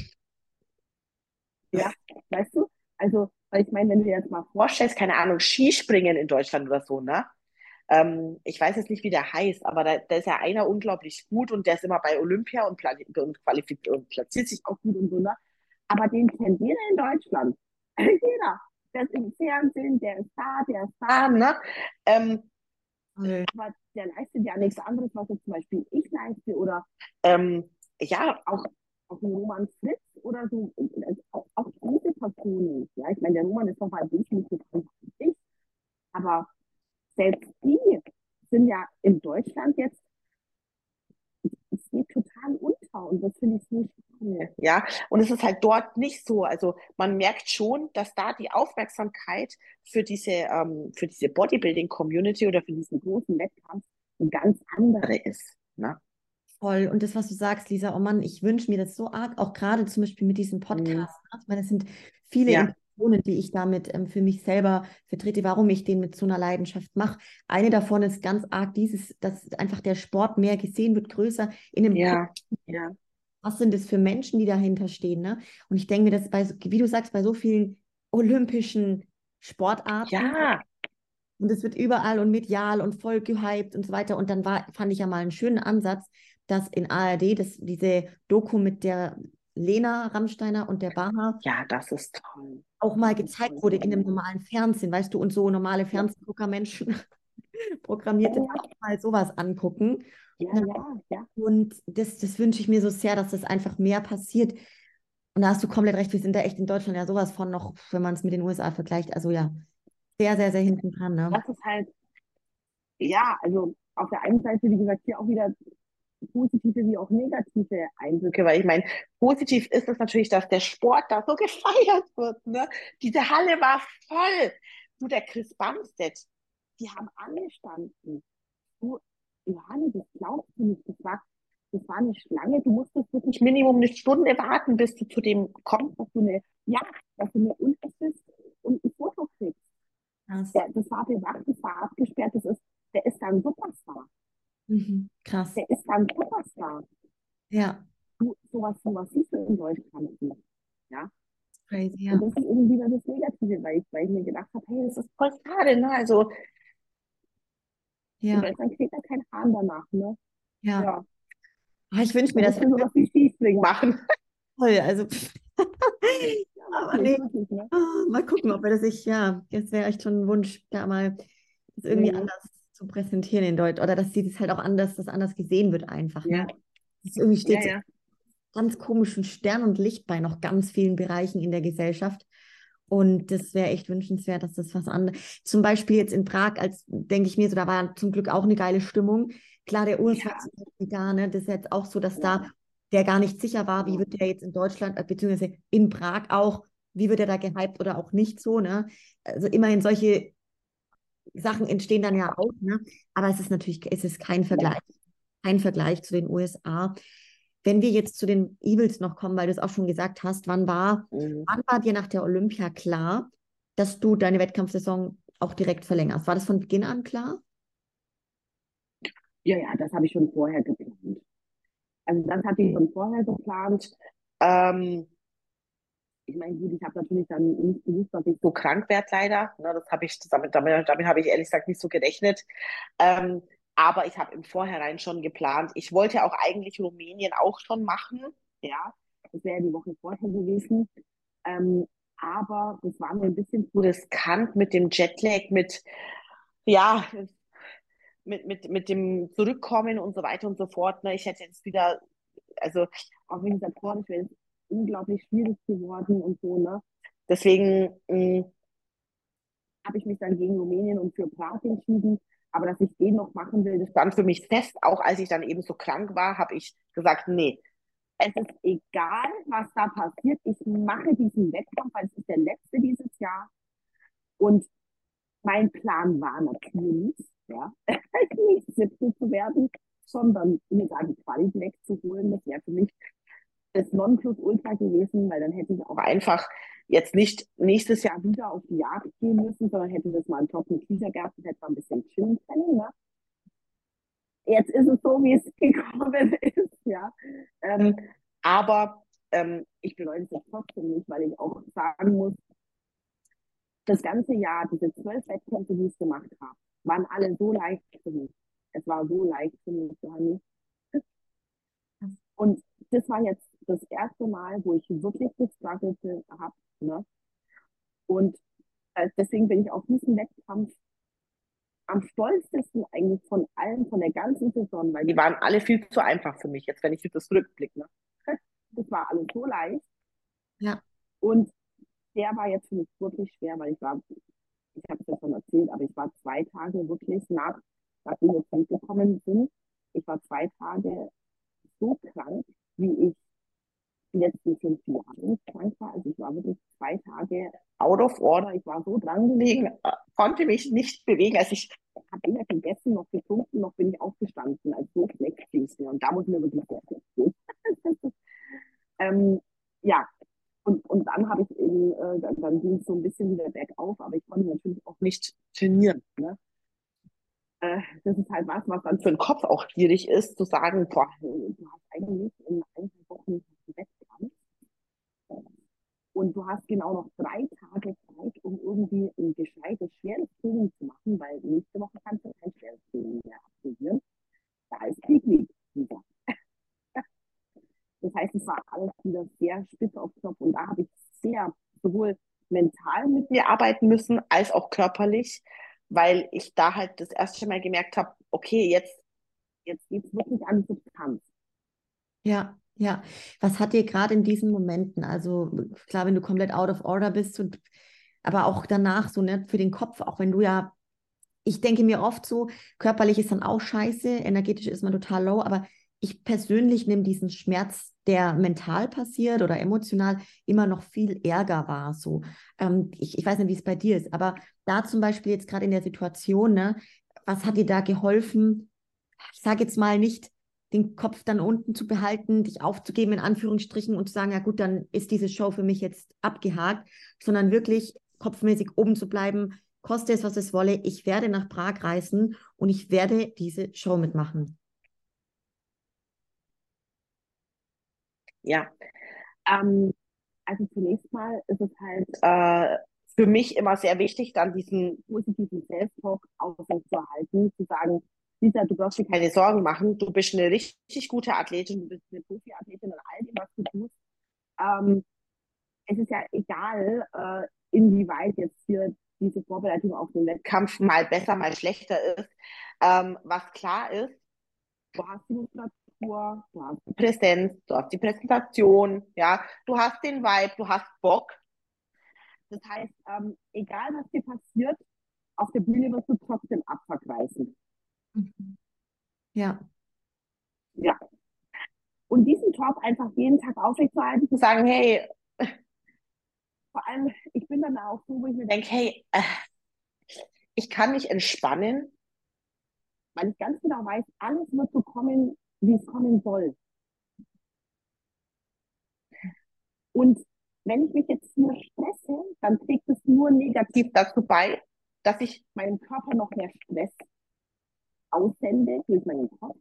Ja, weißt du? Also, weil ich meine, wenn du dir jetzt mal vorstellst, keine Ahnung, Skispringen in Deutschland oder so, ne? Ich weiß jetzt nicht, wie der heißt, aber da ist ja einer unglaublich gut und der ist immer bei Olympia und qualifiziert und platziert sich auch gut und so, ne? Aber den kennt jeder in Deutschland. Jeder. Der ist im Fernsehen, der ist da, ne? Ähm, Voll. aber der leistet ja nichts anderes, was jetzt zum Beispiel ich leiste oder ähm, ja, auch ein Roman Fritz oder so, auch diese Personen. Ja, ich meine, der Roman ist nochmal wesentlich bekannter als ich, aber selbst die sind ja in Deutschland jetzt, es geht total unter und das finde ich so schade. Ja, und es ist halt dort nicht so. Also man merkt schon, dass da die Aufmerksamkeit für diese Bodybuilding-Community oder für diesen großen Wettkampf eine ganz andere ist. Ne? Voll. Und das, was du sagst, Lisa, oh Mann, ich wünsche mir das so arg, auch gerade zum Beispiel mit diesem Mhm. Podcast. Ne? Ich meine, es sind viele Ja, Intentionen, die ich damit für mich selber vertrete, warum ich den mit so einer Leidenschaft mache. Eine davon ist ganz arg dieses, dass einfach der Sport mehr gesehen wird, größer in dem Kopf. ja, ja. Was sind das für Menschen, die dahinter stehen? Ne? Und ich denke mir, dass wie du sagst, bei so vielen olympischen Sportarten, Ja, und es wird überall und medial und voll gehypt und so weiter. Und dann fand ich ja mal einen schönen Ansatz, dass in ARD diese Doku mit der Lena Rammsteiner und der Baha ja, das ist toll. auch Das mal ist gezeigt toll. wurde in einem normalen Fernsehen, weißt du, und so normale Ja, Fernsehgucker-Menschen ja, programmierte ja, auch mal sowas angucken. ja, Ja, ja, ja. und das wünsche ich mir so sehr, dass das einfach mehr passiert. Und da hast du komplett recht, wir sind da echt in Deutschland ja sowas von noch, wenn man es mit den USA vergleicht. Also ja, sehr, sehr, sehr hinten dran, ne? Das ist halt, ja, also auf der einen Seite, wie gesagt, hier auch wieder positive wie auch negative Eindrücke, weil ich meine, positiv ist es natürlich, dass der Sport da so gefeiert wird. Ne? Diese Halle war voll. Du, der Chris Bumstead, die haben angestanden. Du, Johanni, das glaubst du nicht. Das war eine Schlange. Du musstest wirklich Minimum eine Stunde warten, bis du zu dem kommst, ja, dass du eine Unterschrift und ein Foto kriegst. Krass. Das war bewacht, das war abgesperrt, der ist dann Superstar. Mhm. Krass. Der ist dann Superstar. Ja, Du, sowas siehst du in Deutschland nicht. Ja? Crazy, Und ja. das ist irgendwie wieder das Negative, weil ich mir gedacht habe, hey, das ist voll schade, ne? Also in Ja, Deutschland kriegt ja kein Hahn danach, ne? ja. Ja, Ah, ich wünsche da mir das muss man wirklich sowas wie Skispringen machen. toll. Also, Ja, aber wirklich, nee. wirklich, ne? Mal gucken, ob wir das ich, ja, das wäre echt schon ein Wunsch, da mal das irgendwie Mhm. anders zu präsentieren in Deutsch. Oder dass sie das halt auch anders, dass anders gesehen wird einfach, Ja, ne? Das irgendwie ja, steht so ja. ganz komischen Stern und Licht bei noch ganz vielen Bereichen in der Gesellschaft. Und das wäre echt wünschenswert, dass das was anderes. Zum Beispiel jetzt in Prag, als denke ich mir so, da war zum Glück auch eine geile Stimmung. Klar, der Urs war Ja, zum Beispiel da, ne? Das ist jetzt auch so, dass da ja, der gar nicht sicher war, wie genau. wird der jetzt in Deutschland, beziehungsweise in Prag auch, wie wird er da gehypt oder auch nicht so, ne? Also immerhin solche Sachen entstehen dann ja auch, ne? Aber es ist natürlich, es ist Ja. kein Vergleich zu den USA. Wenn wir jetzt zu den Eagles noch kommen, weil du es auch schon gesagt hast, Mhm. wann war dir nach der Olympia klar, dass du deine Wettkampfsaison auch direkt verlängerst? War das von Beginn an klar? Ja, ja, das habe ich schon vorher geplant. Also das hatte ich schon vorher geplant. Ähm, Ich meine, gut, ich habe natürlich dann nicht gewusst, dass ich so krank werde, leider. Ne, das habe ich, damit habe ich ehrlich gesagt nicht so gerechnet. Ähm, aber ich habe im Vorhinein schon geplant. Ich wollte auch eigentlich Rumänien auch schon machen. Ja, das wäre ja die Woche vorher gewesen. Ähm, aber das war mir ein bisschen zu riskant mit dem Jetlag, ja, mit dem Zurückkommen und so weiter und so fort. Ne? Ich hätte jetzt wieder, also organisatorisch wäre es unglaublich schwierig geworden und so, ne? Deswegen habe ich mich dann gegen Rumänien und für Prag entschieden. Aber dass ich den noch machen will, das stand für mich fest. Auch als ich dann eben so krank war, habe ich gesagt, nee, es ist egal, was da passiert. Ich mache diesen Wettkampf, weil es ist der letzte dieses Jahr. Und mein Plan war natürlich, ja, nicht Siebte zu werden, sondern mir da die Quali wegzuholen. Das wäre für mich das Nonplusultra gewesen, weil dann hätte ich auch einfach jetzt nicht nächstes Jahr wieder auf die Jagd gehen müssen, sondern hätte das mal einen Top mit Liga gehabt und hätte mal ein bisschen chillen können. Ne? Jetzt ist es so, wie es gekommen ist, ja. Ähm, aber ich bereue es jetzt trotzdem nicht, weil ich auch sagen muss, das ganze Jahr, diese 12 Wettkämpfe, die ich gemacht habe, waren alle so leicht für mich. Es war so leicht für mich, Johanni. Und das war jetzt das erste Mal, wo ich wirklich gestruggelt habe. Ne? Und deswegen bin ich auf diesen Wettkampf am stolzesten eigentlich von allen, von der ganzen Saison, weil die waren alle viel zu einfach für mich, jetzt wenn ich das zurückblicke. Ne? Das war alles so leicht. Ja, Und der war jetzt für mich wirklich schwer, weil ich habe es ja schon erzählt, aber ich war 2 Tage wirklich nachdem wir zurückgekommen sind, ich war 2 Tage so krank, wie ich die letzten 5 Jahre nicht krank war. Also ich war wirklich 2 Tage out of order. Ich war so dran gelegen, konnte mich nicht bewegen. Also ich habe weder gegessen noch getrunken, noch bin ich aufgestanden. Also so schlecht ging es mir. Und da muss mir wirklich sehr schlecht gehen. ähm, ja, und dann habe ich eben, dann ging es so ein bisschen wieder bergauf, aber ich konnte natürlich auch nicht trainieren. Ne? Das ist halt was dann für den Kopf auch schwierig ist, zu sagen, boah, du hast eigentlich in 1, 2 Wochen einen Wettkampf und du hast genau noch 3 Tage Zeit, um irgendwie ein gescheites, schweres Training zu machen, weil nächste Woche kannst du kein schweres Training mehr absolvieren. Da ist Krieg wieder. Das heißt, es war alles wieder sehr spitz auf Knopf und da habe ich sehr sowohl mental mit mir arbeiten müssen, als auch körperlich, weil ich da halt das erste Mal gemerkt habe, okay, jetzt geht es wirklich an Substanz. ja, ja. Was hat dir gerade in diesen Momenten, also klar, wenn du komplett out of order bist und aber auch danach so, ne, für den Kopf, auch wenn du ja, ich denke mir oft so, körperlich ist dann auch scheiße, energetisch ist man total low, aber ich persönlich nehme diesen Schmerz, der mental passiert oder emotional, immer noch viel ärger wahr. So. Ich weiß nicht, wie es bei dir ist, aber da zum Beispiel jetzt gerade in der Situation, ne, was hat dir da geholfen? Ich sage jetzt mal nicht, den Kopf dann unten zu behalten, dich aufzugeben in Anführungsstrichen und zu sagen, ja gut, dann ist diese Show für mich jetzt abgehakt, sondern wirklich kopfmäßig oben zu bleiben, koste es, was es wolle, ich werde nach Prag reisen und ich werde diese Show mitmachen. Ja, ähm, Also zunächst mal ist es halt für mich immer sehr wichtig, dann diesen positiven Self-Talk aufrechtzuerhalten, zu sagen, Lisa, du brauchst dir keine Sorgen machen, du bist eine richtig gute Athletin, du bist eine Profiathletin in all dem, was du tust. Ähm, Es ist ja egal, inwieweit jetzt hier diese Vorbereitung auf den Wettkampf mal besser, mal schlechter ist. Was klar ist, du hast die Muskulatur, du hast die Präsenz, du hast die Präsentation, ja, du hast den Vibe, du hast Bock. Das heißt, egal was dir passiert, auf der Bühne wirst du trotzdem abvergreifen. Mhm. Ja. Ja. Und diesen Talk einfach jeden Tag aufrechtzuerhalten, zu sagen, hey, vor allem, ich bin dann auch so, wo ich mir denke, hey, ich kann mich entspannen, weil ich ganz genau weiß, alles wird so kommen, wie es kommen soll. Und wenn ich mich jetzt hier stresse, dann trägt es nur negativ dazu bei, dass ich meinem Körper noch mehr Stress aussende durch meinen Kopf.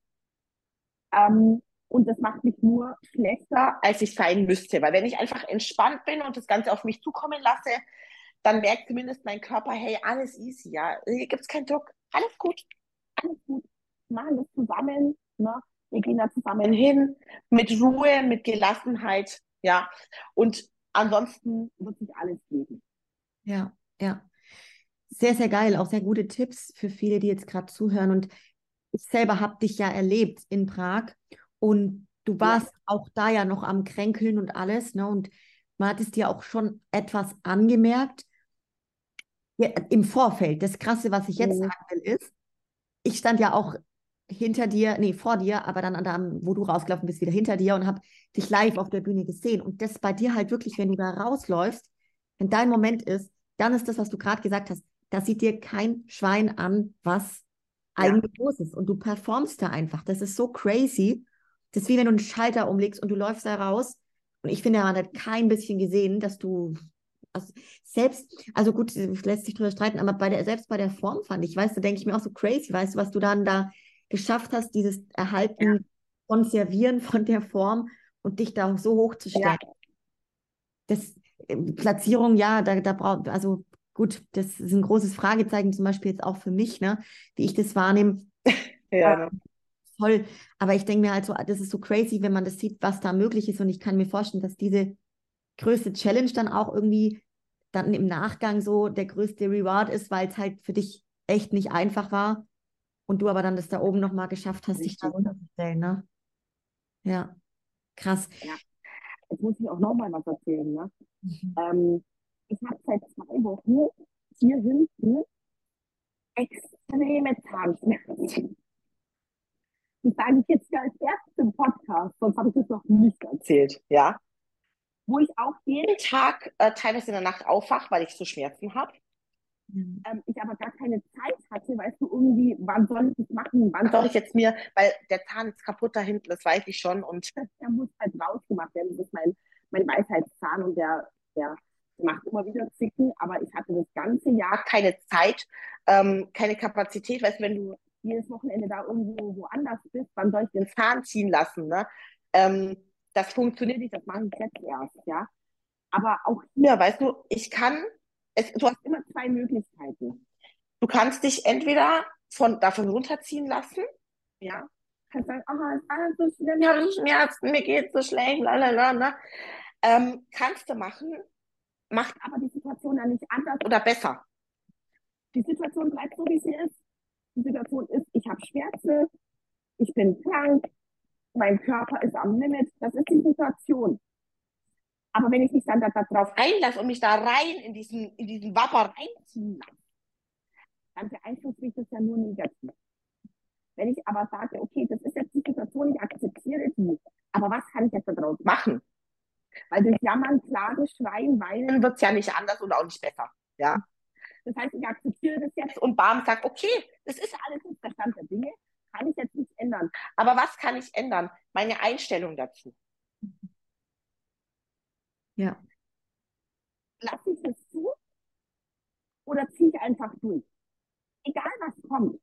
Und das macht mich nur schlechter, als ich sein müsste. Weil wenn ich einfach entspannt bin und das Ganze auf mich zukommen lasse, dann merkt zumindest mein Körper, hey, alles easy, ja, hier gibt es keinen Druck, alles gut, wir machen das zusammen, ne? Wir gehen da zusammen hin, mit Ruhe, mit Gelassenheit, ja, und ansonsten wird sich alles geben. Ja, ja. Sehr, sehr geil. Auch sehr gute Tipps für viele, die jetzt gerade zuhören. Und ich selber habe dich ja erlebt in Prag und du Ja. warst auch da ja noch am Kränkeln und alles, ne? Und man hat es dir auch schon etwas angemerkt. Ja, im Vorfeld. Das Krasse, was ich jetzt Mhm. sagen will, ist, ich stand ja auch hinter dir, nee, vor dir, aber dann wo du rausgelaufen bist, wieder hinter dir und habe dich live auf der Bühne gesehen. Und das bei dir halt wirklich, wenn du da rausläufst, wenn dein Moment ist, dann ist das, was du gerade gesagt hast, da sieht dir kein Schwein an, was Ja, eigentlich los ist. Und du performst da einfach. Das ist so crazy. Das ist wie wenn du einen Schalter umlegst und du läufst da raus. Und ich finde, man hat kein bisschen gesehen, dass du also selbst, also gut, lässt sich drüber streiten, aber selbst bei der Form fand ich, weißt du, denke ich mir auch so crazy, weißt du, was du dann da geschafft hast, dieses ja, Erhalten, Konservieren von der Form und dich da so ja, hochzustellen. Das Platzierung, ja, da braucht, also gut, das ist ein großes Fragezeichen, zum Beispiel jetzt auch für mich, ne, wie ich das wahrnehme. ja, ne? Voll. Aber ich denke mir halt so, das ist so crazy, wenn man das sieht, was da möglich ist. Und ich kann mir vorstellen, dass diese größte Challenge dann auch irgendwie dann im Nachgang so der größte Reward ist, weil es halt für dich echt nicht einfach war und du aber dann das da oben nochmal geschafft hast, dich da Richtig. runterzustellen, ne? Ja, krass. Ja. Jetzt muss ich auch noch mal was erzählen. Ne? Mhm. Ich habe seit 2 Wochen hier hinten extreme Zahnschmerzen. Das sage ich jetzt ja als erstes im Podcast, sonst habe ich das noch nicht erzählt. Ja? Wo ich auch jeden Tag teilweise in der Nacht aufwache, weil ich so Schmerzen habe. Ich aber gar keine Zeit hatte, weißt du, irgendwie, wann soll ich das machen? Wann soll ich jetzt mir, weil der Zahn ist kaputt da hinten, das weiß ich schon, und der muss halt rausgemacht werden. Das ist mein Weisheitszahn und der macht immer wieder Zicken, aber ich hatte das ganze Jahr keine Zeit, keine Kapazität, weißt du, wenn du jedes Wochenende da irgendwo woanders bist, wann soll ich den Zahn ziehen lassen, ne? Ähm, Das funktioniert nicht, das mache ich jetzt erst, ja. Aber auch hier, weißt du, du hast immer zwei Möglichkeiten. Du kannst dich entweder davon runterziehen lassen, ja, kannst sagen, oh, ist alles so schlimm, ich habe Schmerzen, mir geht so schlecht, lalala, ne? Kannst du machen, macht aber die Situation dann nicht anders oder besser. Die Situation bleibt so, wie sie ist. Die Situation ist, ich habe Schmerzen, ich bin krank, mein Körper ist am Limit. Das ist die Situation. Aber wenn ich mich dann darauf einlasse und mich da rein in diesen Wapper reinziehen lasse, dann beeinflusst mich das ja nur negativ. Wenn ich aber sage, okay, das ist jetzt die Situation, ich akzeptiere die, aber was kann ich jetzt daraus machen? Weil durch Jammern, Klagen, Schreien, Weinen wird es ja nicht anders und auch nicht besser. Ja? Das heißt, ich akzeptiere das jetzt und bam, sage, okay, das ist alles jetzt der Stand der Dinge, kann ich jetzt nicht ändern. Aber was kann ich ändern? Meine Einstellung dazu. Ja, Lasse ich es zu oder ziehe ich einfach durch? Egal was kommt.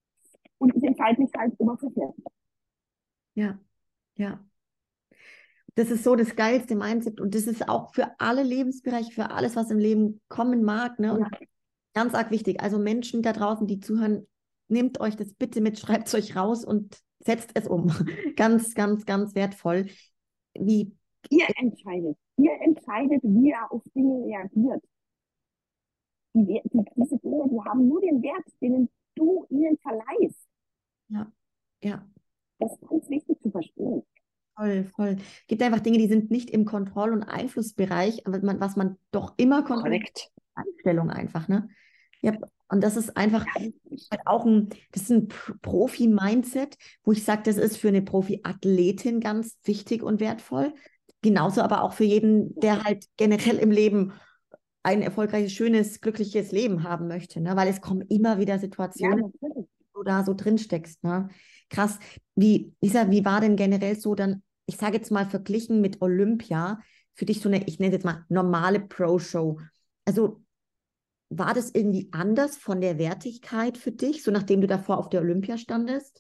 Und ich entscheide mich halt immer für mich. ja, ja. Das ist so das geilste Mindset und das ist auch für alle Lebensbereiche, für alles, was im Leben kommen mag, ne? Ja, Und ganz arg wichtig. Also Menschen da draußen, die zuhören, nehmt euch das bitte mit, schreibt es euch raus und setzt es um. Ganz, ganz, ganz wertvoll. Wie, ihr entscheidet, wie er auf Dinge reagiert. Diese Dinge, die haben nur den Wert, den du ihnen verleihst. ja, ja, Das ist ganz wichtig zu verstehen. voll, voll. Es gibt einfach Dinge, die sind nicht im Kontroll- und Einflussbereich, aber was man doch immer kontrolliert, Korrekt. Einstellung einfach, ne? Ja, und das ist einfach Ja, halt auch das ist ein Profi-Mindset, wo ich sage, das ist für eine Profi-Athletin ganz wichtig und wertvoll. Genauso aber auch für jeden, der halt generell im Leben ein erfolgreiches, schönes, glückliches Leben haben möchte, ne? Weil es kommen immer wieder ja, Situationen, natürlich. wo du da so drin steckst, ne? Krass. Lisa, wie war denn generell so dann, ich sage jetzt mal verglichen mit Olympia, für dich so eine, ich nenne es jetzt mal normale Pro-Show? Also war das irgendwie anders von der Wertigkeit für dich, so nachdem du davor auf der Olympia standest?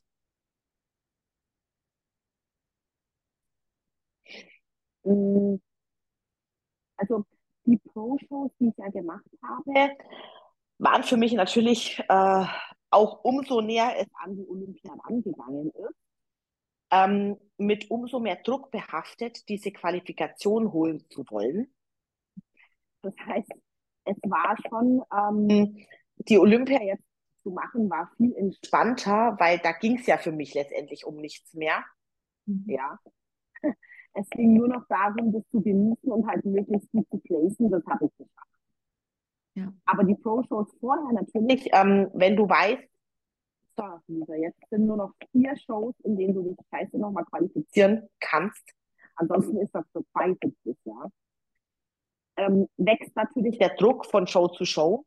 Mm, Also die Pro-Shows, die ich ja gemacht habe, waren für mich natürlich auch umso näher es an die Olympia angegangen ist, mit umso mehr Druck behaftet, diese Qualifikation holen zu wollen. Das heißt, es war schon, die Olympia jetzt zu machen, war viel entspannter, weil da ging es ja für mich letztendlich um nichts mehr. Mhm. Ja, es ging nur noch darum, das zu genießen und halt möglichst gut zu placen. Das habe ich geschafft. Ja, Aber die Pro-Shows vorher natürlich, wenn du weißt, so, Lisa, jetzt sind nur noch 4 Shows, in denen du dich scheiße nochmal qualifizieren kannst. Ansonsten ist das vorbei für dieses Jahr. Wächst natürlich der Druck von Show zu Show.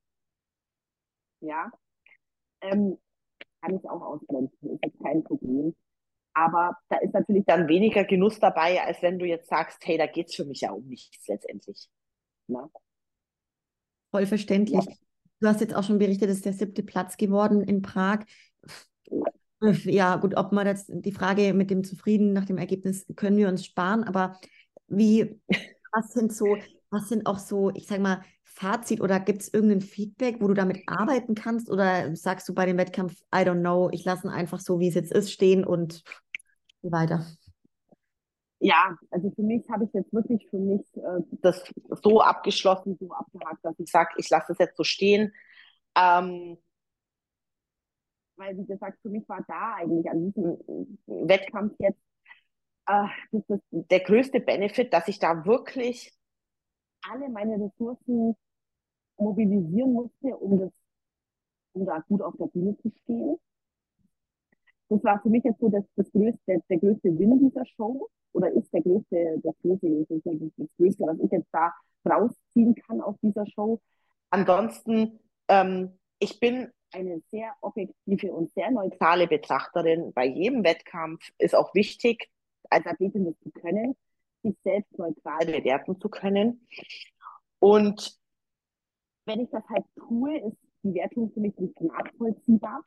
Ja, ähm, kann ich auch ausblenden, ist jetzt kein Problem. Aber da ist natürlich dann weniger Genuss dabei, als wenn du jetzt sagst, hey, da geht es für mich ja um nichts letztendlich. Ne? voll Ja. verständlich. Du hast jetzt auch schon berichtet, es ist der 7. Platz geworden in Prag. Ja, gut, ob man das, die Frage mit dem Zufrieden nach dem Ergebnis können wir uns sparen, aber wie, was sind auch so, ich sag mal, Fazit oder gibt es irgendein Feedback, wo du damit arbeiten kannst oder sagst du bei dem Wettkampf, I don't know, ich lasse ihn einfach so, wie es jetzt ist, stehen und weiter? Ja, also für mich habe ich jetzt wirklich für mich das so abgeschlossen, so abgehakt, dass ich sage, ich lasse es jetzt so stehen. Ähm, Weil, wie gesagt, für mich war da eigentlich an diesem Wettkampf jetzt das ist der größte Benefit, dass ich da wirklich alle meine Ressourcen mobilisieren musste, um da gut auf der Bühne zu stehen. Das war für mich jetzt so der größte Win dieser Show oder ist das größte, was ich jetzt da rausziehen kann aus dieser Show. Ansonsten, ich bin eine sehr objektive und sehr neutrale Betrachterin. Bei jedem Wettkampf ist auch wichtig, als Athletin das zu können, sich selbst neutral bewerten zu können. Und wenn ich das halt tue, ist die Wertung für mich nicht nachvollziehbar.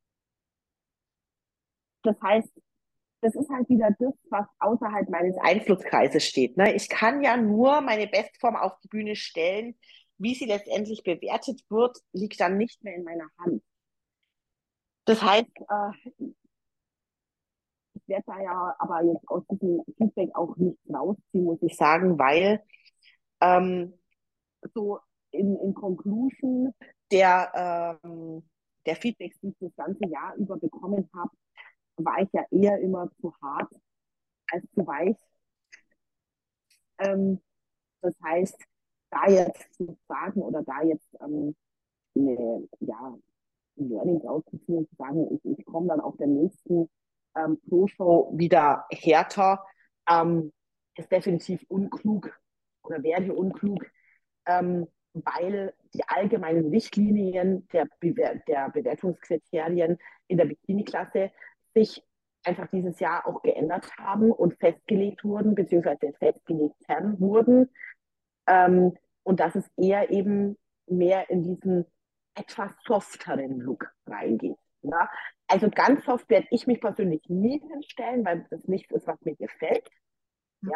Das heißt, das ist halt wieder das, was außerhalb meines Einflusskreises steht. Ne? Ich kann ja nur meine Bestform auf die Bühne stellen. Wie sie letztendlich bewertet wird, liegt dann nicht mehr in meiner Hand. Das heißt, ich werde da ja aber jetzt aus diesem Feedback auch nichts rausziehen, muss ich sagen, weil ähm, so in Conclusion der Feedbacks, die ich das ganze Jahr über bekommen habe, war ich ja eher immer zu hart als zu weich. Ähm, Das heißt, da jetzt zu sagen oder da jetzt ja, Learnings auszuziehen und zu sagen, ich komme dann auf der nächsten Pro-Show wieder härter, ist definitiv unklug oder wäre unklug, weil die allgemeinen Richtlinien der Bewertungskriterien in der Bikini-Klasse sich einfach dieses Jahr auch geändert haben und festgelegt wurden, beziehungsweise festgelegt wurden. Und dass es eher eben mehr in diesen etwas softeren Look reingeht. Ja? Also ganz soft werde ich mich persönlich nie hinstellen, weil das nichts ist, was mir gefällt.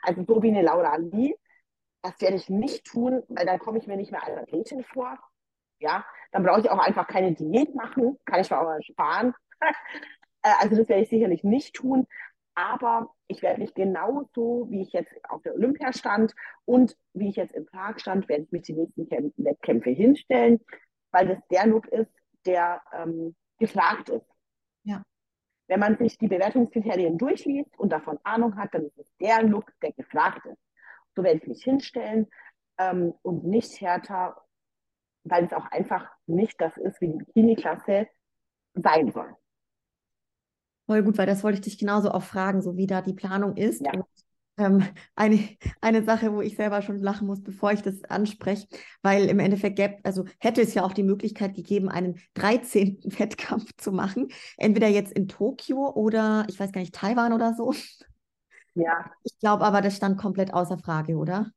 Also so wie eine Laura Lee, das werde ich nicht tun, weil dann komme ich mir nicht mehr als Athletin vor. Ja, dann brauche ich auch einfach keine Diät machen, kann ich mir auch mal sparen. Also das werde ich sicherlich nicht tun, aber ich werde mich genauso, wie ich jetzt auf der Olympia stand und wie ich jetzt in Prag stand, werde ich mich die nächsten Wettkämpfe hinstellen, weil das der Look ist, der gefragt ist. Ja. Wenn man sich die Bewertungskriterien durchliest und davon Ahnung hat, dann ist es der Look, der gefragt ist. So werde ich mich hinstellen und nicht härter, weil es auch einfach nicht das ist, wie die Bikini-Klasse sein soll. Voll gut, weil das wollte ich dich genauso auch fragen, so wie da die Planung ist. Ja. Und ähm, eine, eine Sache, wo ich selber schon lachen muss, bevor ich das anspreche, weil im Endeffekt also hätte es ja auch die Möglichkeit gegeben, einen 13. Wettkampf zu machen. Entweder jetzt in Tokio oder, ich weiß gar nicht, Taiwan oder so. Ja, Ich glaube aber, das stand komplett außer Frage, oder?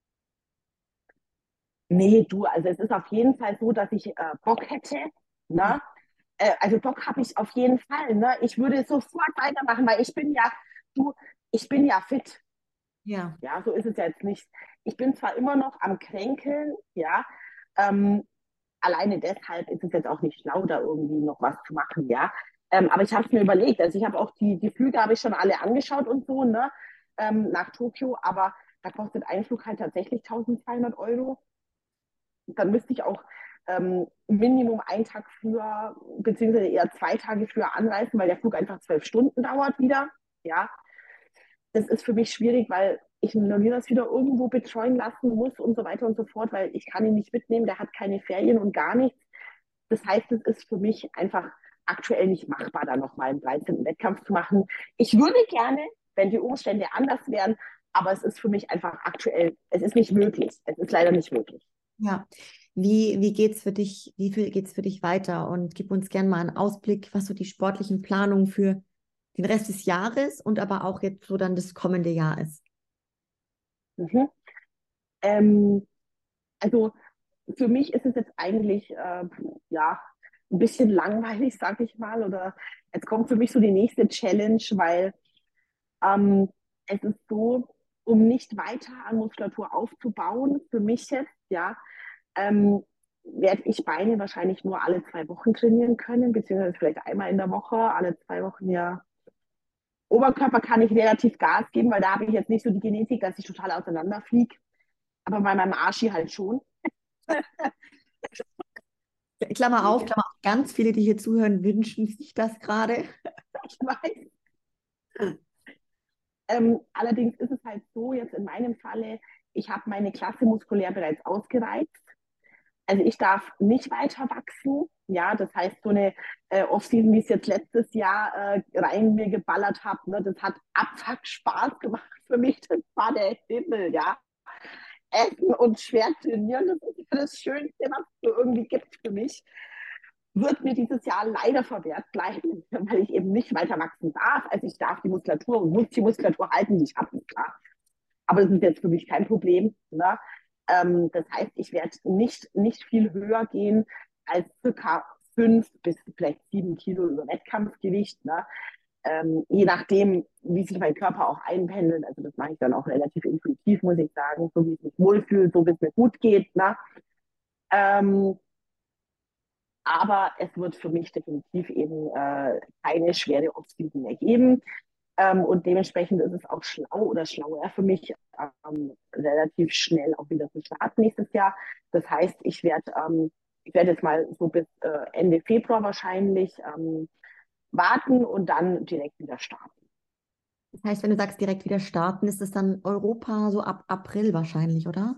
nee, du, also es ist auf jeden Fall so, dass ich Bock hätte, Ja. ne? Also Bock habe ich auf jeden Fall, ne? Ich würde sofort weitermachen, weil ich bin ja, du, ich bin ja fit. Ja. Ja, so ist es ja jetzt nicht. Ich bin zwar immer noch am Kränkeln, ja, ähm, alleine deshalb ist es jetzt auch nicht schlau, da irgendwie noch was zu machen, ja. Aber ich habe es mir überlegt. Also ich habe auch die Flüge habe ich schon alle angeschaut und so, ne, nach Tokio, aber da kostet ein Flug halt tatsächlich 1200 Euro. Dann müsste ich auch Minimum einen Tag früher, beziehungsweise eher 2 Tage früher anreisen, weil der Flug einfach 12 Stunden dauert wieder. Ja, das ist für mich schwierig, weil ich das wieder irgendwo betreuen lassen muss und so weiter und so fort, weil ich kann ihn nicht mitnehmen, der hat keine Ferien und gar nichts. Das heißt, es ist für mich einfach aktuell nicht machbar, da nochmal einen 13. Wettkampf zu machen. Ich würde gerne, wenn die Umstände anders wären, aber es ist für mich einfach aktuell, es ist nicht möglich. Es ist leider nicht möglich. Ja. Wie geht's für dich, wie viel geht's für dich weiter? Und gib uns gerne mal einen Ausblick, was so die sportlichen Planungen für den Rest des Jahres und aber auch jetzt so dann das kommende Jahr ist. Mhm. Ähm, also für mich ist es jetzt eigentlich ja ein bisschen langweilig, sag ich mal. Oder jetzt kommt für mich so die nächste Challenge, weil ähm, es ist so, um nicht weiter an Muskulatur aufzubauen, für mich jetzt, ja, ähm, werde ich Beine wahrscheinlich nur alle 2 Wochen trainieren können, beziehungsweise vielleicht einmal in der Woche, alle 2 Wochen ja. Oberkörper kann ich relativ Gas geben, weil da habe ich jetzt nicht so die Genetik, dass ich total auseinanderfliege. Aber bei meinem Arschi halt schon. Klammer auf, ganz viele, die hier zuhören, wünschen sich das gerade. Ich weiß. Allerdings ist es halt so, jetzt in meinem Falle, ich habe meine Klasse muskulär bereits ausgereizt. Also ich darf nicht weiter wachsen. Ja, das heißt, so eine Offseason, wie ich es jetzt letztes Jahr rein mir geballert habe, ne, das hat abfuck Spaß gemacht für mich. Das war der Himmel, ja. Essen und schwer trainieren, das ist ja das Schönste, was es so irgendwie gibt für mich. Wird mir dieses Jahr leider verwehrt bleiben, weil ich eben nicht weiter wachsen darf. Also ich darf die Muskulatur und muss die Muskulatur halten, die ich habe, klar. Aber das ist jetzt für mich kein Problem. Ne? Das heißt, ich werde nicht viel höher gehen als circa 5 bis vielleicht 7 Kilo über Wettkampfgewicht. Ne? Je nachdem, wie sich mein Körper auch einpendelt. Also das mache ich dann auch relativ intuitiv, muss ich sagen, so wie ich mich wohlfühle, so wie es mir gut geht. Ne? Ähm, aber es wird für mich definitiv eben keine schwere Offseason mehr geben. Und dementsprechend ist es auch schlau oder schlauer für mich, relativ schnell auch wieder zu starten nächstes Jahr. Das heißt, ich werd jetzt mal so bis Ende Februar wahrscheinlich warten und dann direkt wieder starten. Das heißt, wenn du sagst, direkt wieder starten, ist es dann Europa so ab April wahrscheinlich, oder?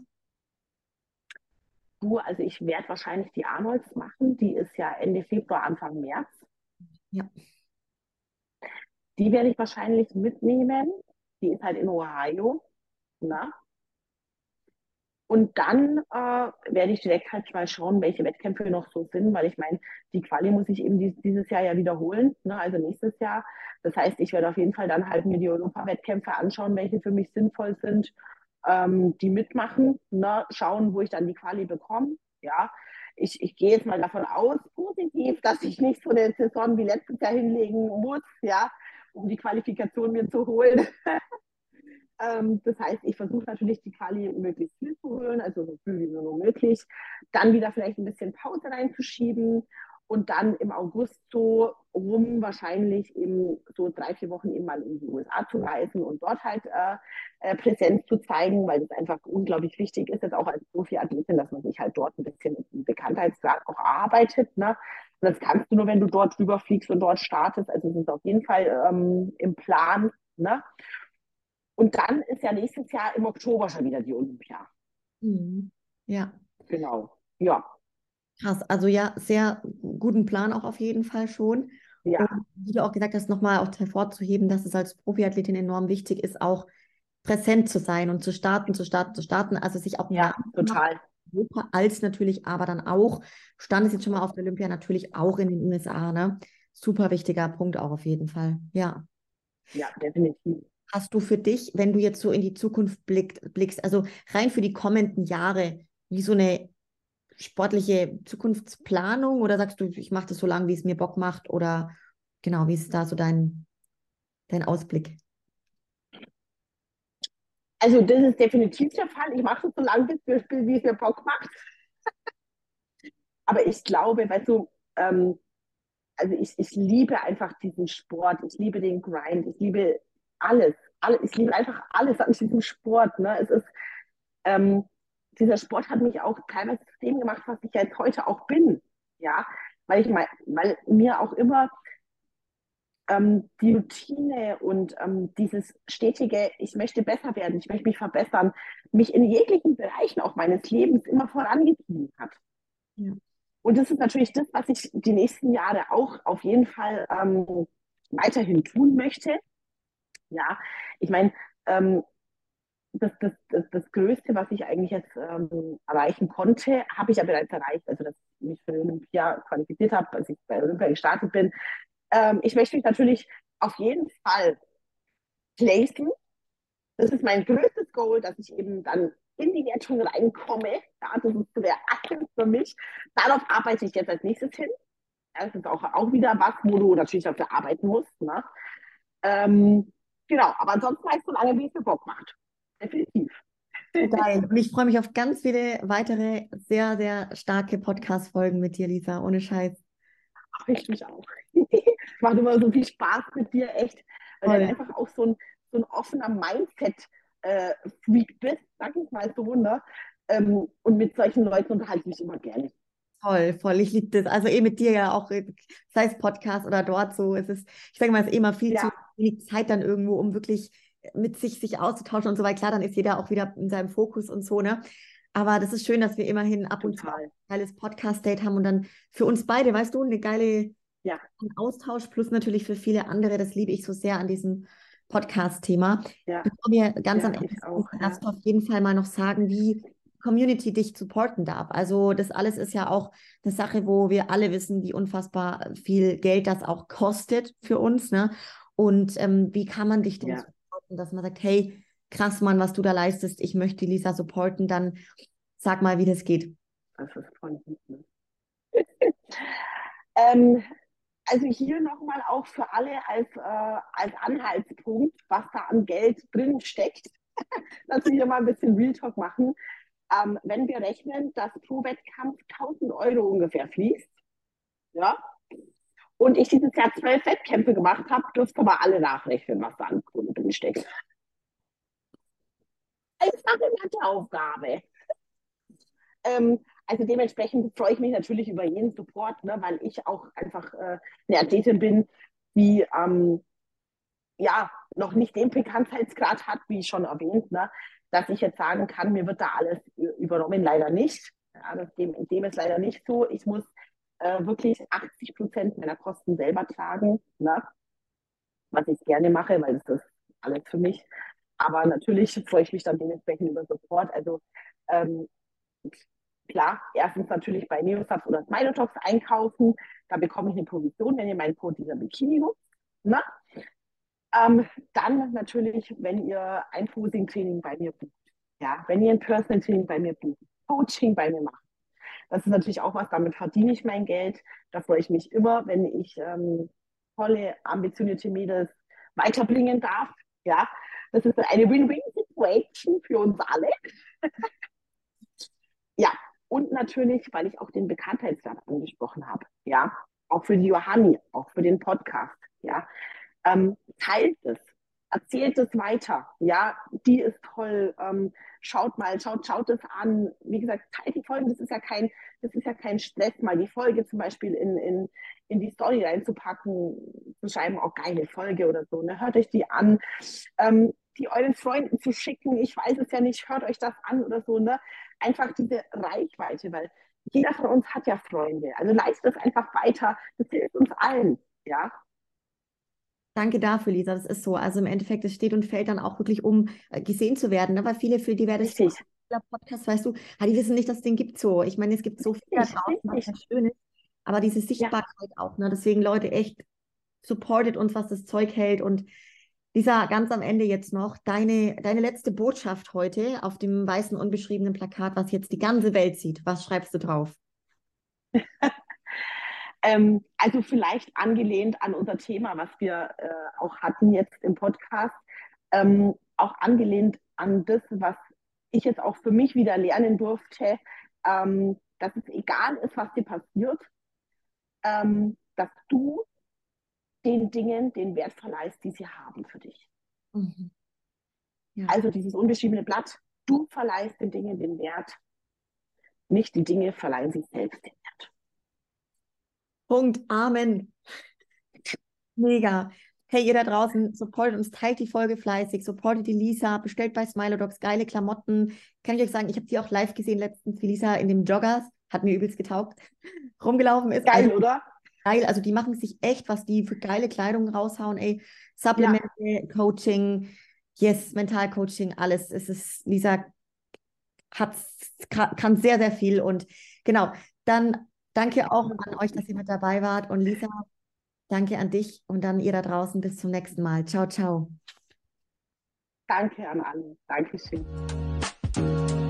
Du, also ich werde wahrscheinlich die Arnolds machen. Die ist ja Ende Februar, Anfang März. Ja. Die werde ich wahrscheinlich mitnehmen. Die ist halt in Ohio. Na? Und dann werde ich direkt halt mal schauen, welche Wettkämpfe noch so sind, weil ich meine, die Quali muss ich eben dieses Jahr ja wiederholen, ne? Also nächstes Jahr. Das heißt, ich werde auf jeden Fall dann halt mir die Europa-Wettkämpfe anschauen, welche für mich sinnvoll sind, die mitmachen, ne? Schauen, wo ich dann die Quali bekomme. Ja, ich gehe jetzt mal davon aus, positiv, dass ich nicht so eine Saison wie letztes Jahr hinlegen muss, ja, um die Qualifikation mir zu holen. Das heißt, ich versuche natürlich die Quali möglichst viel zu holen, also so viel wie nur möglich. Dann wieder vielleicht ein bisschen Pause reinzuschieben und dann im August so rum wahrscheinlich eben so 3, 4 Wochen eben mal in die USA zu reisen und dort halt Präsenz zu zeigen, weil das einfach unglaublich wichtig ist, jetzt auch als Profiathletin, dass man sich halt dort ein bisschen im Bekanntheitsgrad auch arbeitet. Ne? Und das kannst du nur, wenn du dort rüberfliegst und dort startest. Also es ist auf jeden Fall im Plan. Ne? Und dann ist ja nächstes Jahr im Oktober schon wieder die Olympia. Mhm. Ja, Genau. Ja, krass. Also ja, sehr guten Plan auch auf jeden Fall schon. Und ja, wie du auch gesagt hast, nochmal auch hervorzuheben, dass es als Profiathletin enorm wichtig ist, auch präsent zu sein und zu starten, zu starten, zu starten. Also sich auch einen ja, Namen zu machen, total. in Europa, als natürlich aber dann auch, stand es jetzt schon mal auf der Olympia, natürlich auch in den USA, ne? Super wichtiger Punkt auch auf jeden Fall. Ja. Ja, definitiv. Hast du für dich, wenn du jetzt so in die Zukunft blickst, also rein für die kommenden Jahre, wie so eine sportliche Zukunftsplanung oder sagst du, ich mache das so lange, wie es mir Bock macht oder genau, wie ist da so dein Ausblick? Also das ist definitiv der Fall. Ich mache es so lange, wie es mir Bock macht. Aber ich glaube, weißt du, also ich liebe einfach diesen Sport. Ich liebe den Grind. Ich liebe alles. Ich liebe einfach alles an diesem Sport. Ne? Ähm, dieser Sport hat mich auch teilweise zu dem gemacht, was ich jetzt heute auch bin. Ja, weil mir auch immer die Routine und dieses stetige, ich möchte besser werden, ich möchte mich verbessern, mich in jeglichen Bereichen auch meines Lebens immer vorangetrieben hat. Ja. Und das ist natürlich das, was ich die nächsten Jahre auch auf jeden Fall weiterhin tun möchte. Ja, ich meine, ähm, das Größte, was ich eigentlich jetzt erreichen konnte, habe ich ja bereits erreicht. Also, dass ich mich für Olympia qualifiziert habe, als ich bei Olympia gestartet bin. Ich möchte mich natürlich auf jeden Fall placen. Das ist mein größtes Goal, dass ich eben dann in die Wertung reinkomme. Ja, das ist so der Atem für mich. Darauf arbeite ich jetzt als nächstes hin. Ja, das ist auch wieder was, wo du natürlich dafür arbeiten musst. Ne? Ähm, genau, aber ansonsten heißt so lange, wie es mir Bock macht. Definitiv. Geil. Und ich freue mich auf ganz viele weitere sehr, sehr starke Podcast-Folgen mit dir, Lisa. Ohne Scheiß. Ach, ich mich auch. Es macht immer so viel Spaß mit dir, echt, weil du halt Toll. einfach auch so ein offener Mindset-Freak bist, sag ich mal so, ne? Und mit solchen Leuten unterhalte ich mich immer gerne. Voll, voll. Ich liebe das. Also eh mit dir ja auch, sei es Podcast oder dort so. Es ist, ich sage mal, es ist immer viel zu Ja, wenig Zeit dann irgendwo, um wirklich mit sich auszutauschen und so weiter. Klar, dann ist jeder auch wieder in seinem Fokus und so, ne? Aber das ist schön, dass wir immerhin ab und zu auch total. ein geiles Podcast-Date haben und dann für uns beide, weißt du, eine geile Ja, Austausch plus natürlich für viele andere. Das liebe ich so sehr an diesem Podcast-Thema. ja, Bevor wir ganz am ja, Ende ich auch, sind, ja. darfst du auf jeden Fall mal noch sagen, wie die Community dich supporten darf. Also das alles ist ja auch eine Sache, wo wir alle wissen, wie unfassbar viel Geld das auch kostet für uns, ne? Und wie kann man dich denn Ja, supporten, dass man sagt, hey, krass, Mann, was du da leistest, ich möchte die Lisa supporten, dann sag mal, wie das geht. das ist voll gut. Ne? Ähm, also hier nochmal auch für alle als Anhaltspunkt, was da an Geld drin steckt. Lass mich hier mal ein bisschen Real Talk machen. Wenn wir rechnen, dass pro Wettkampf 1.000 € ungefähr fließt, ja, und ich dieses Jahr 12 Wettkämpfe gemacht habe, dürft ihr mal alle nachrechnen, was da an Kohle drin steckt. Einfache Matheaufgabe. Also dementsprechend freue ich mich natürlich über jeden Support, ne, weil ich auch einfach eine Athletin bin, die ja noch nicht den Bekanntheitsgrad hat, wie schon erwähnt, ne, dass ich jetzt sagen kann, mir wird da alles übernommen, leider nicht. Ja, dem ist leider nicht so. Ich muss wirklich 80% meiner Kosten selber tragen, ne, was ich gerne mache, weil das ist alles für mich. Aber natürlich freue ich mich dann dementsprechend über Support. Also ähm, klar, erstens natürlich bei Neosubs oder Smilotox einkaufen. Da bekomme ich eine Provision, wenn ihr meinen Code dieser Bikini nutzt. Ne? Dann natürlich, wenn ihr ein Posing-Training bei mir bucht. Ja, wenn ihr ein Personal-Training bei mir bucht, Coaching bei mir macht. Das ist natürlich auch was, damit verdiene ich mein Geld. Da freue ich mich immer, wenn ich tolle, ambitionierte Mädels weiterbringen darf. Ja, das ist eine Win-Win-Situation. Inspiration für uns alle. Ja, und natürlich, weil ich auch den Bekanntheitsgrad angesprochen habe, ja, auch für die Johanni, auch für den Podcast, ja, teilt es, erzählt es weiter, ja, die ist toll, schaut mal, schaut es an, wie gesagt, teilt die Folgen, das ist ja kein Stress, mal die Folge zum Beispiel in die Story reinzupacken, zu schreiben, auch geile Folge oder so, ne, hört euch die an, die euren Freunden zu schicken, ich weiß es ja nicht, hört euch das an oder so, ne, einfach diese Reichweite, weil jeder von uns hat ja Freunde. Also leistet es einfach weiter. Das hilft uns allen. Ja, Danke dafür, Lisa. Das ist so. Also im Endeffekt, es steht und fällt dann auch wirklich, um gesehen zu werden. Ne? Weil viele, für die wäre das so richtig. ein Podcast, weißt du, die wissen nicht, dass es den gibt so. Ich meine, es gibt so viel da Richtig, draußen, was richtig. ja schön ist. Aber diese Ja, Sichtbarkeit auch. Ne? Deswegen, Leute, echt supportet uns, was das Zeug hält. Und Lisa, ganz am Ende jetzt noch, deine letzte Botschaft heute auf dem weißen, unbeschriebenen Plakat, was jetzt die ganze Welt sieht. Was schreibst du drauf? also vielleicht angelehnt an unser Thema, was wir auch hatten jetzt im Podcast, auch angelehnt an das, was ich jetzt auch für mich wieder lernen durfte, dass es egal ist, was dir passiert, dass du den Dingen den Wert verleihst, die sie haben für dich. Mhm. Ja. Also dieses unbeschriebene Blatt, du verleihst den Dingen den Wert, nicht die Dinge verleihen sich selbst den Wert. Punkt. Amen. Mega. Hey, ihr da draußen, supportet uns, teilt die Folge fleißig, supportet die Lisa, bestellt bei Smilodogs geile Klamotten. Kann ich euch sagen, ich habe die auch live gesehen letztens, wie Lisa in dem Joggers, hat mir übelst getaugt, rumgelaufen ist. Also Geil, oder? geil, also die machen sich echt, was die für geile Kleidung raushauen, ey. Ja, Supplemente, Coaching, yes, Mentalcoaching, alles. Es ist, Lisa hat, kann sehr, sehr viel und genau, dann danke auch an euch, dass ihr mit dabei wart und Lisa, danke an dich und dann ihr da draußen. Bis zum nächsten Mal. Ciao, ciao. danke an alle. Dankeschön.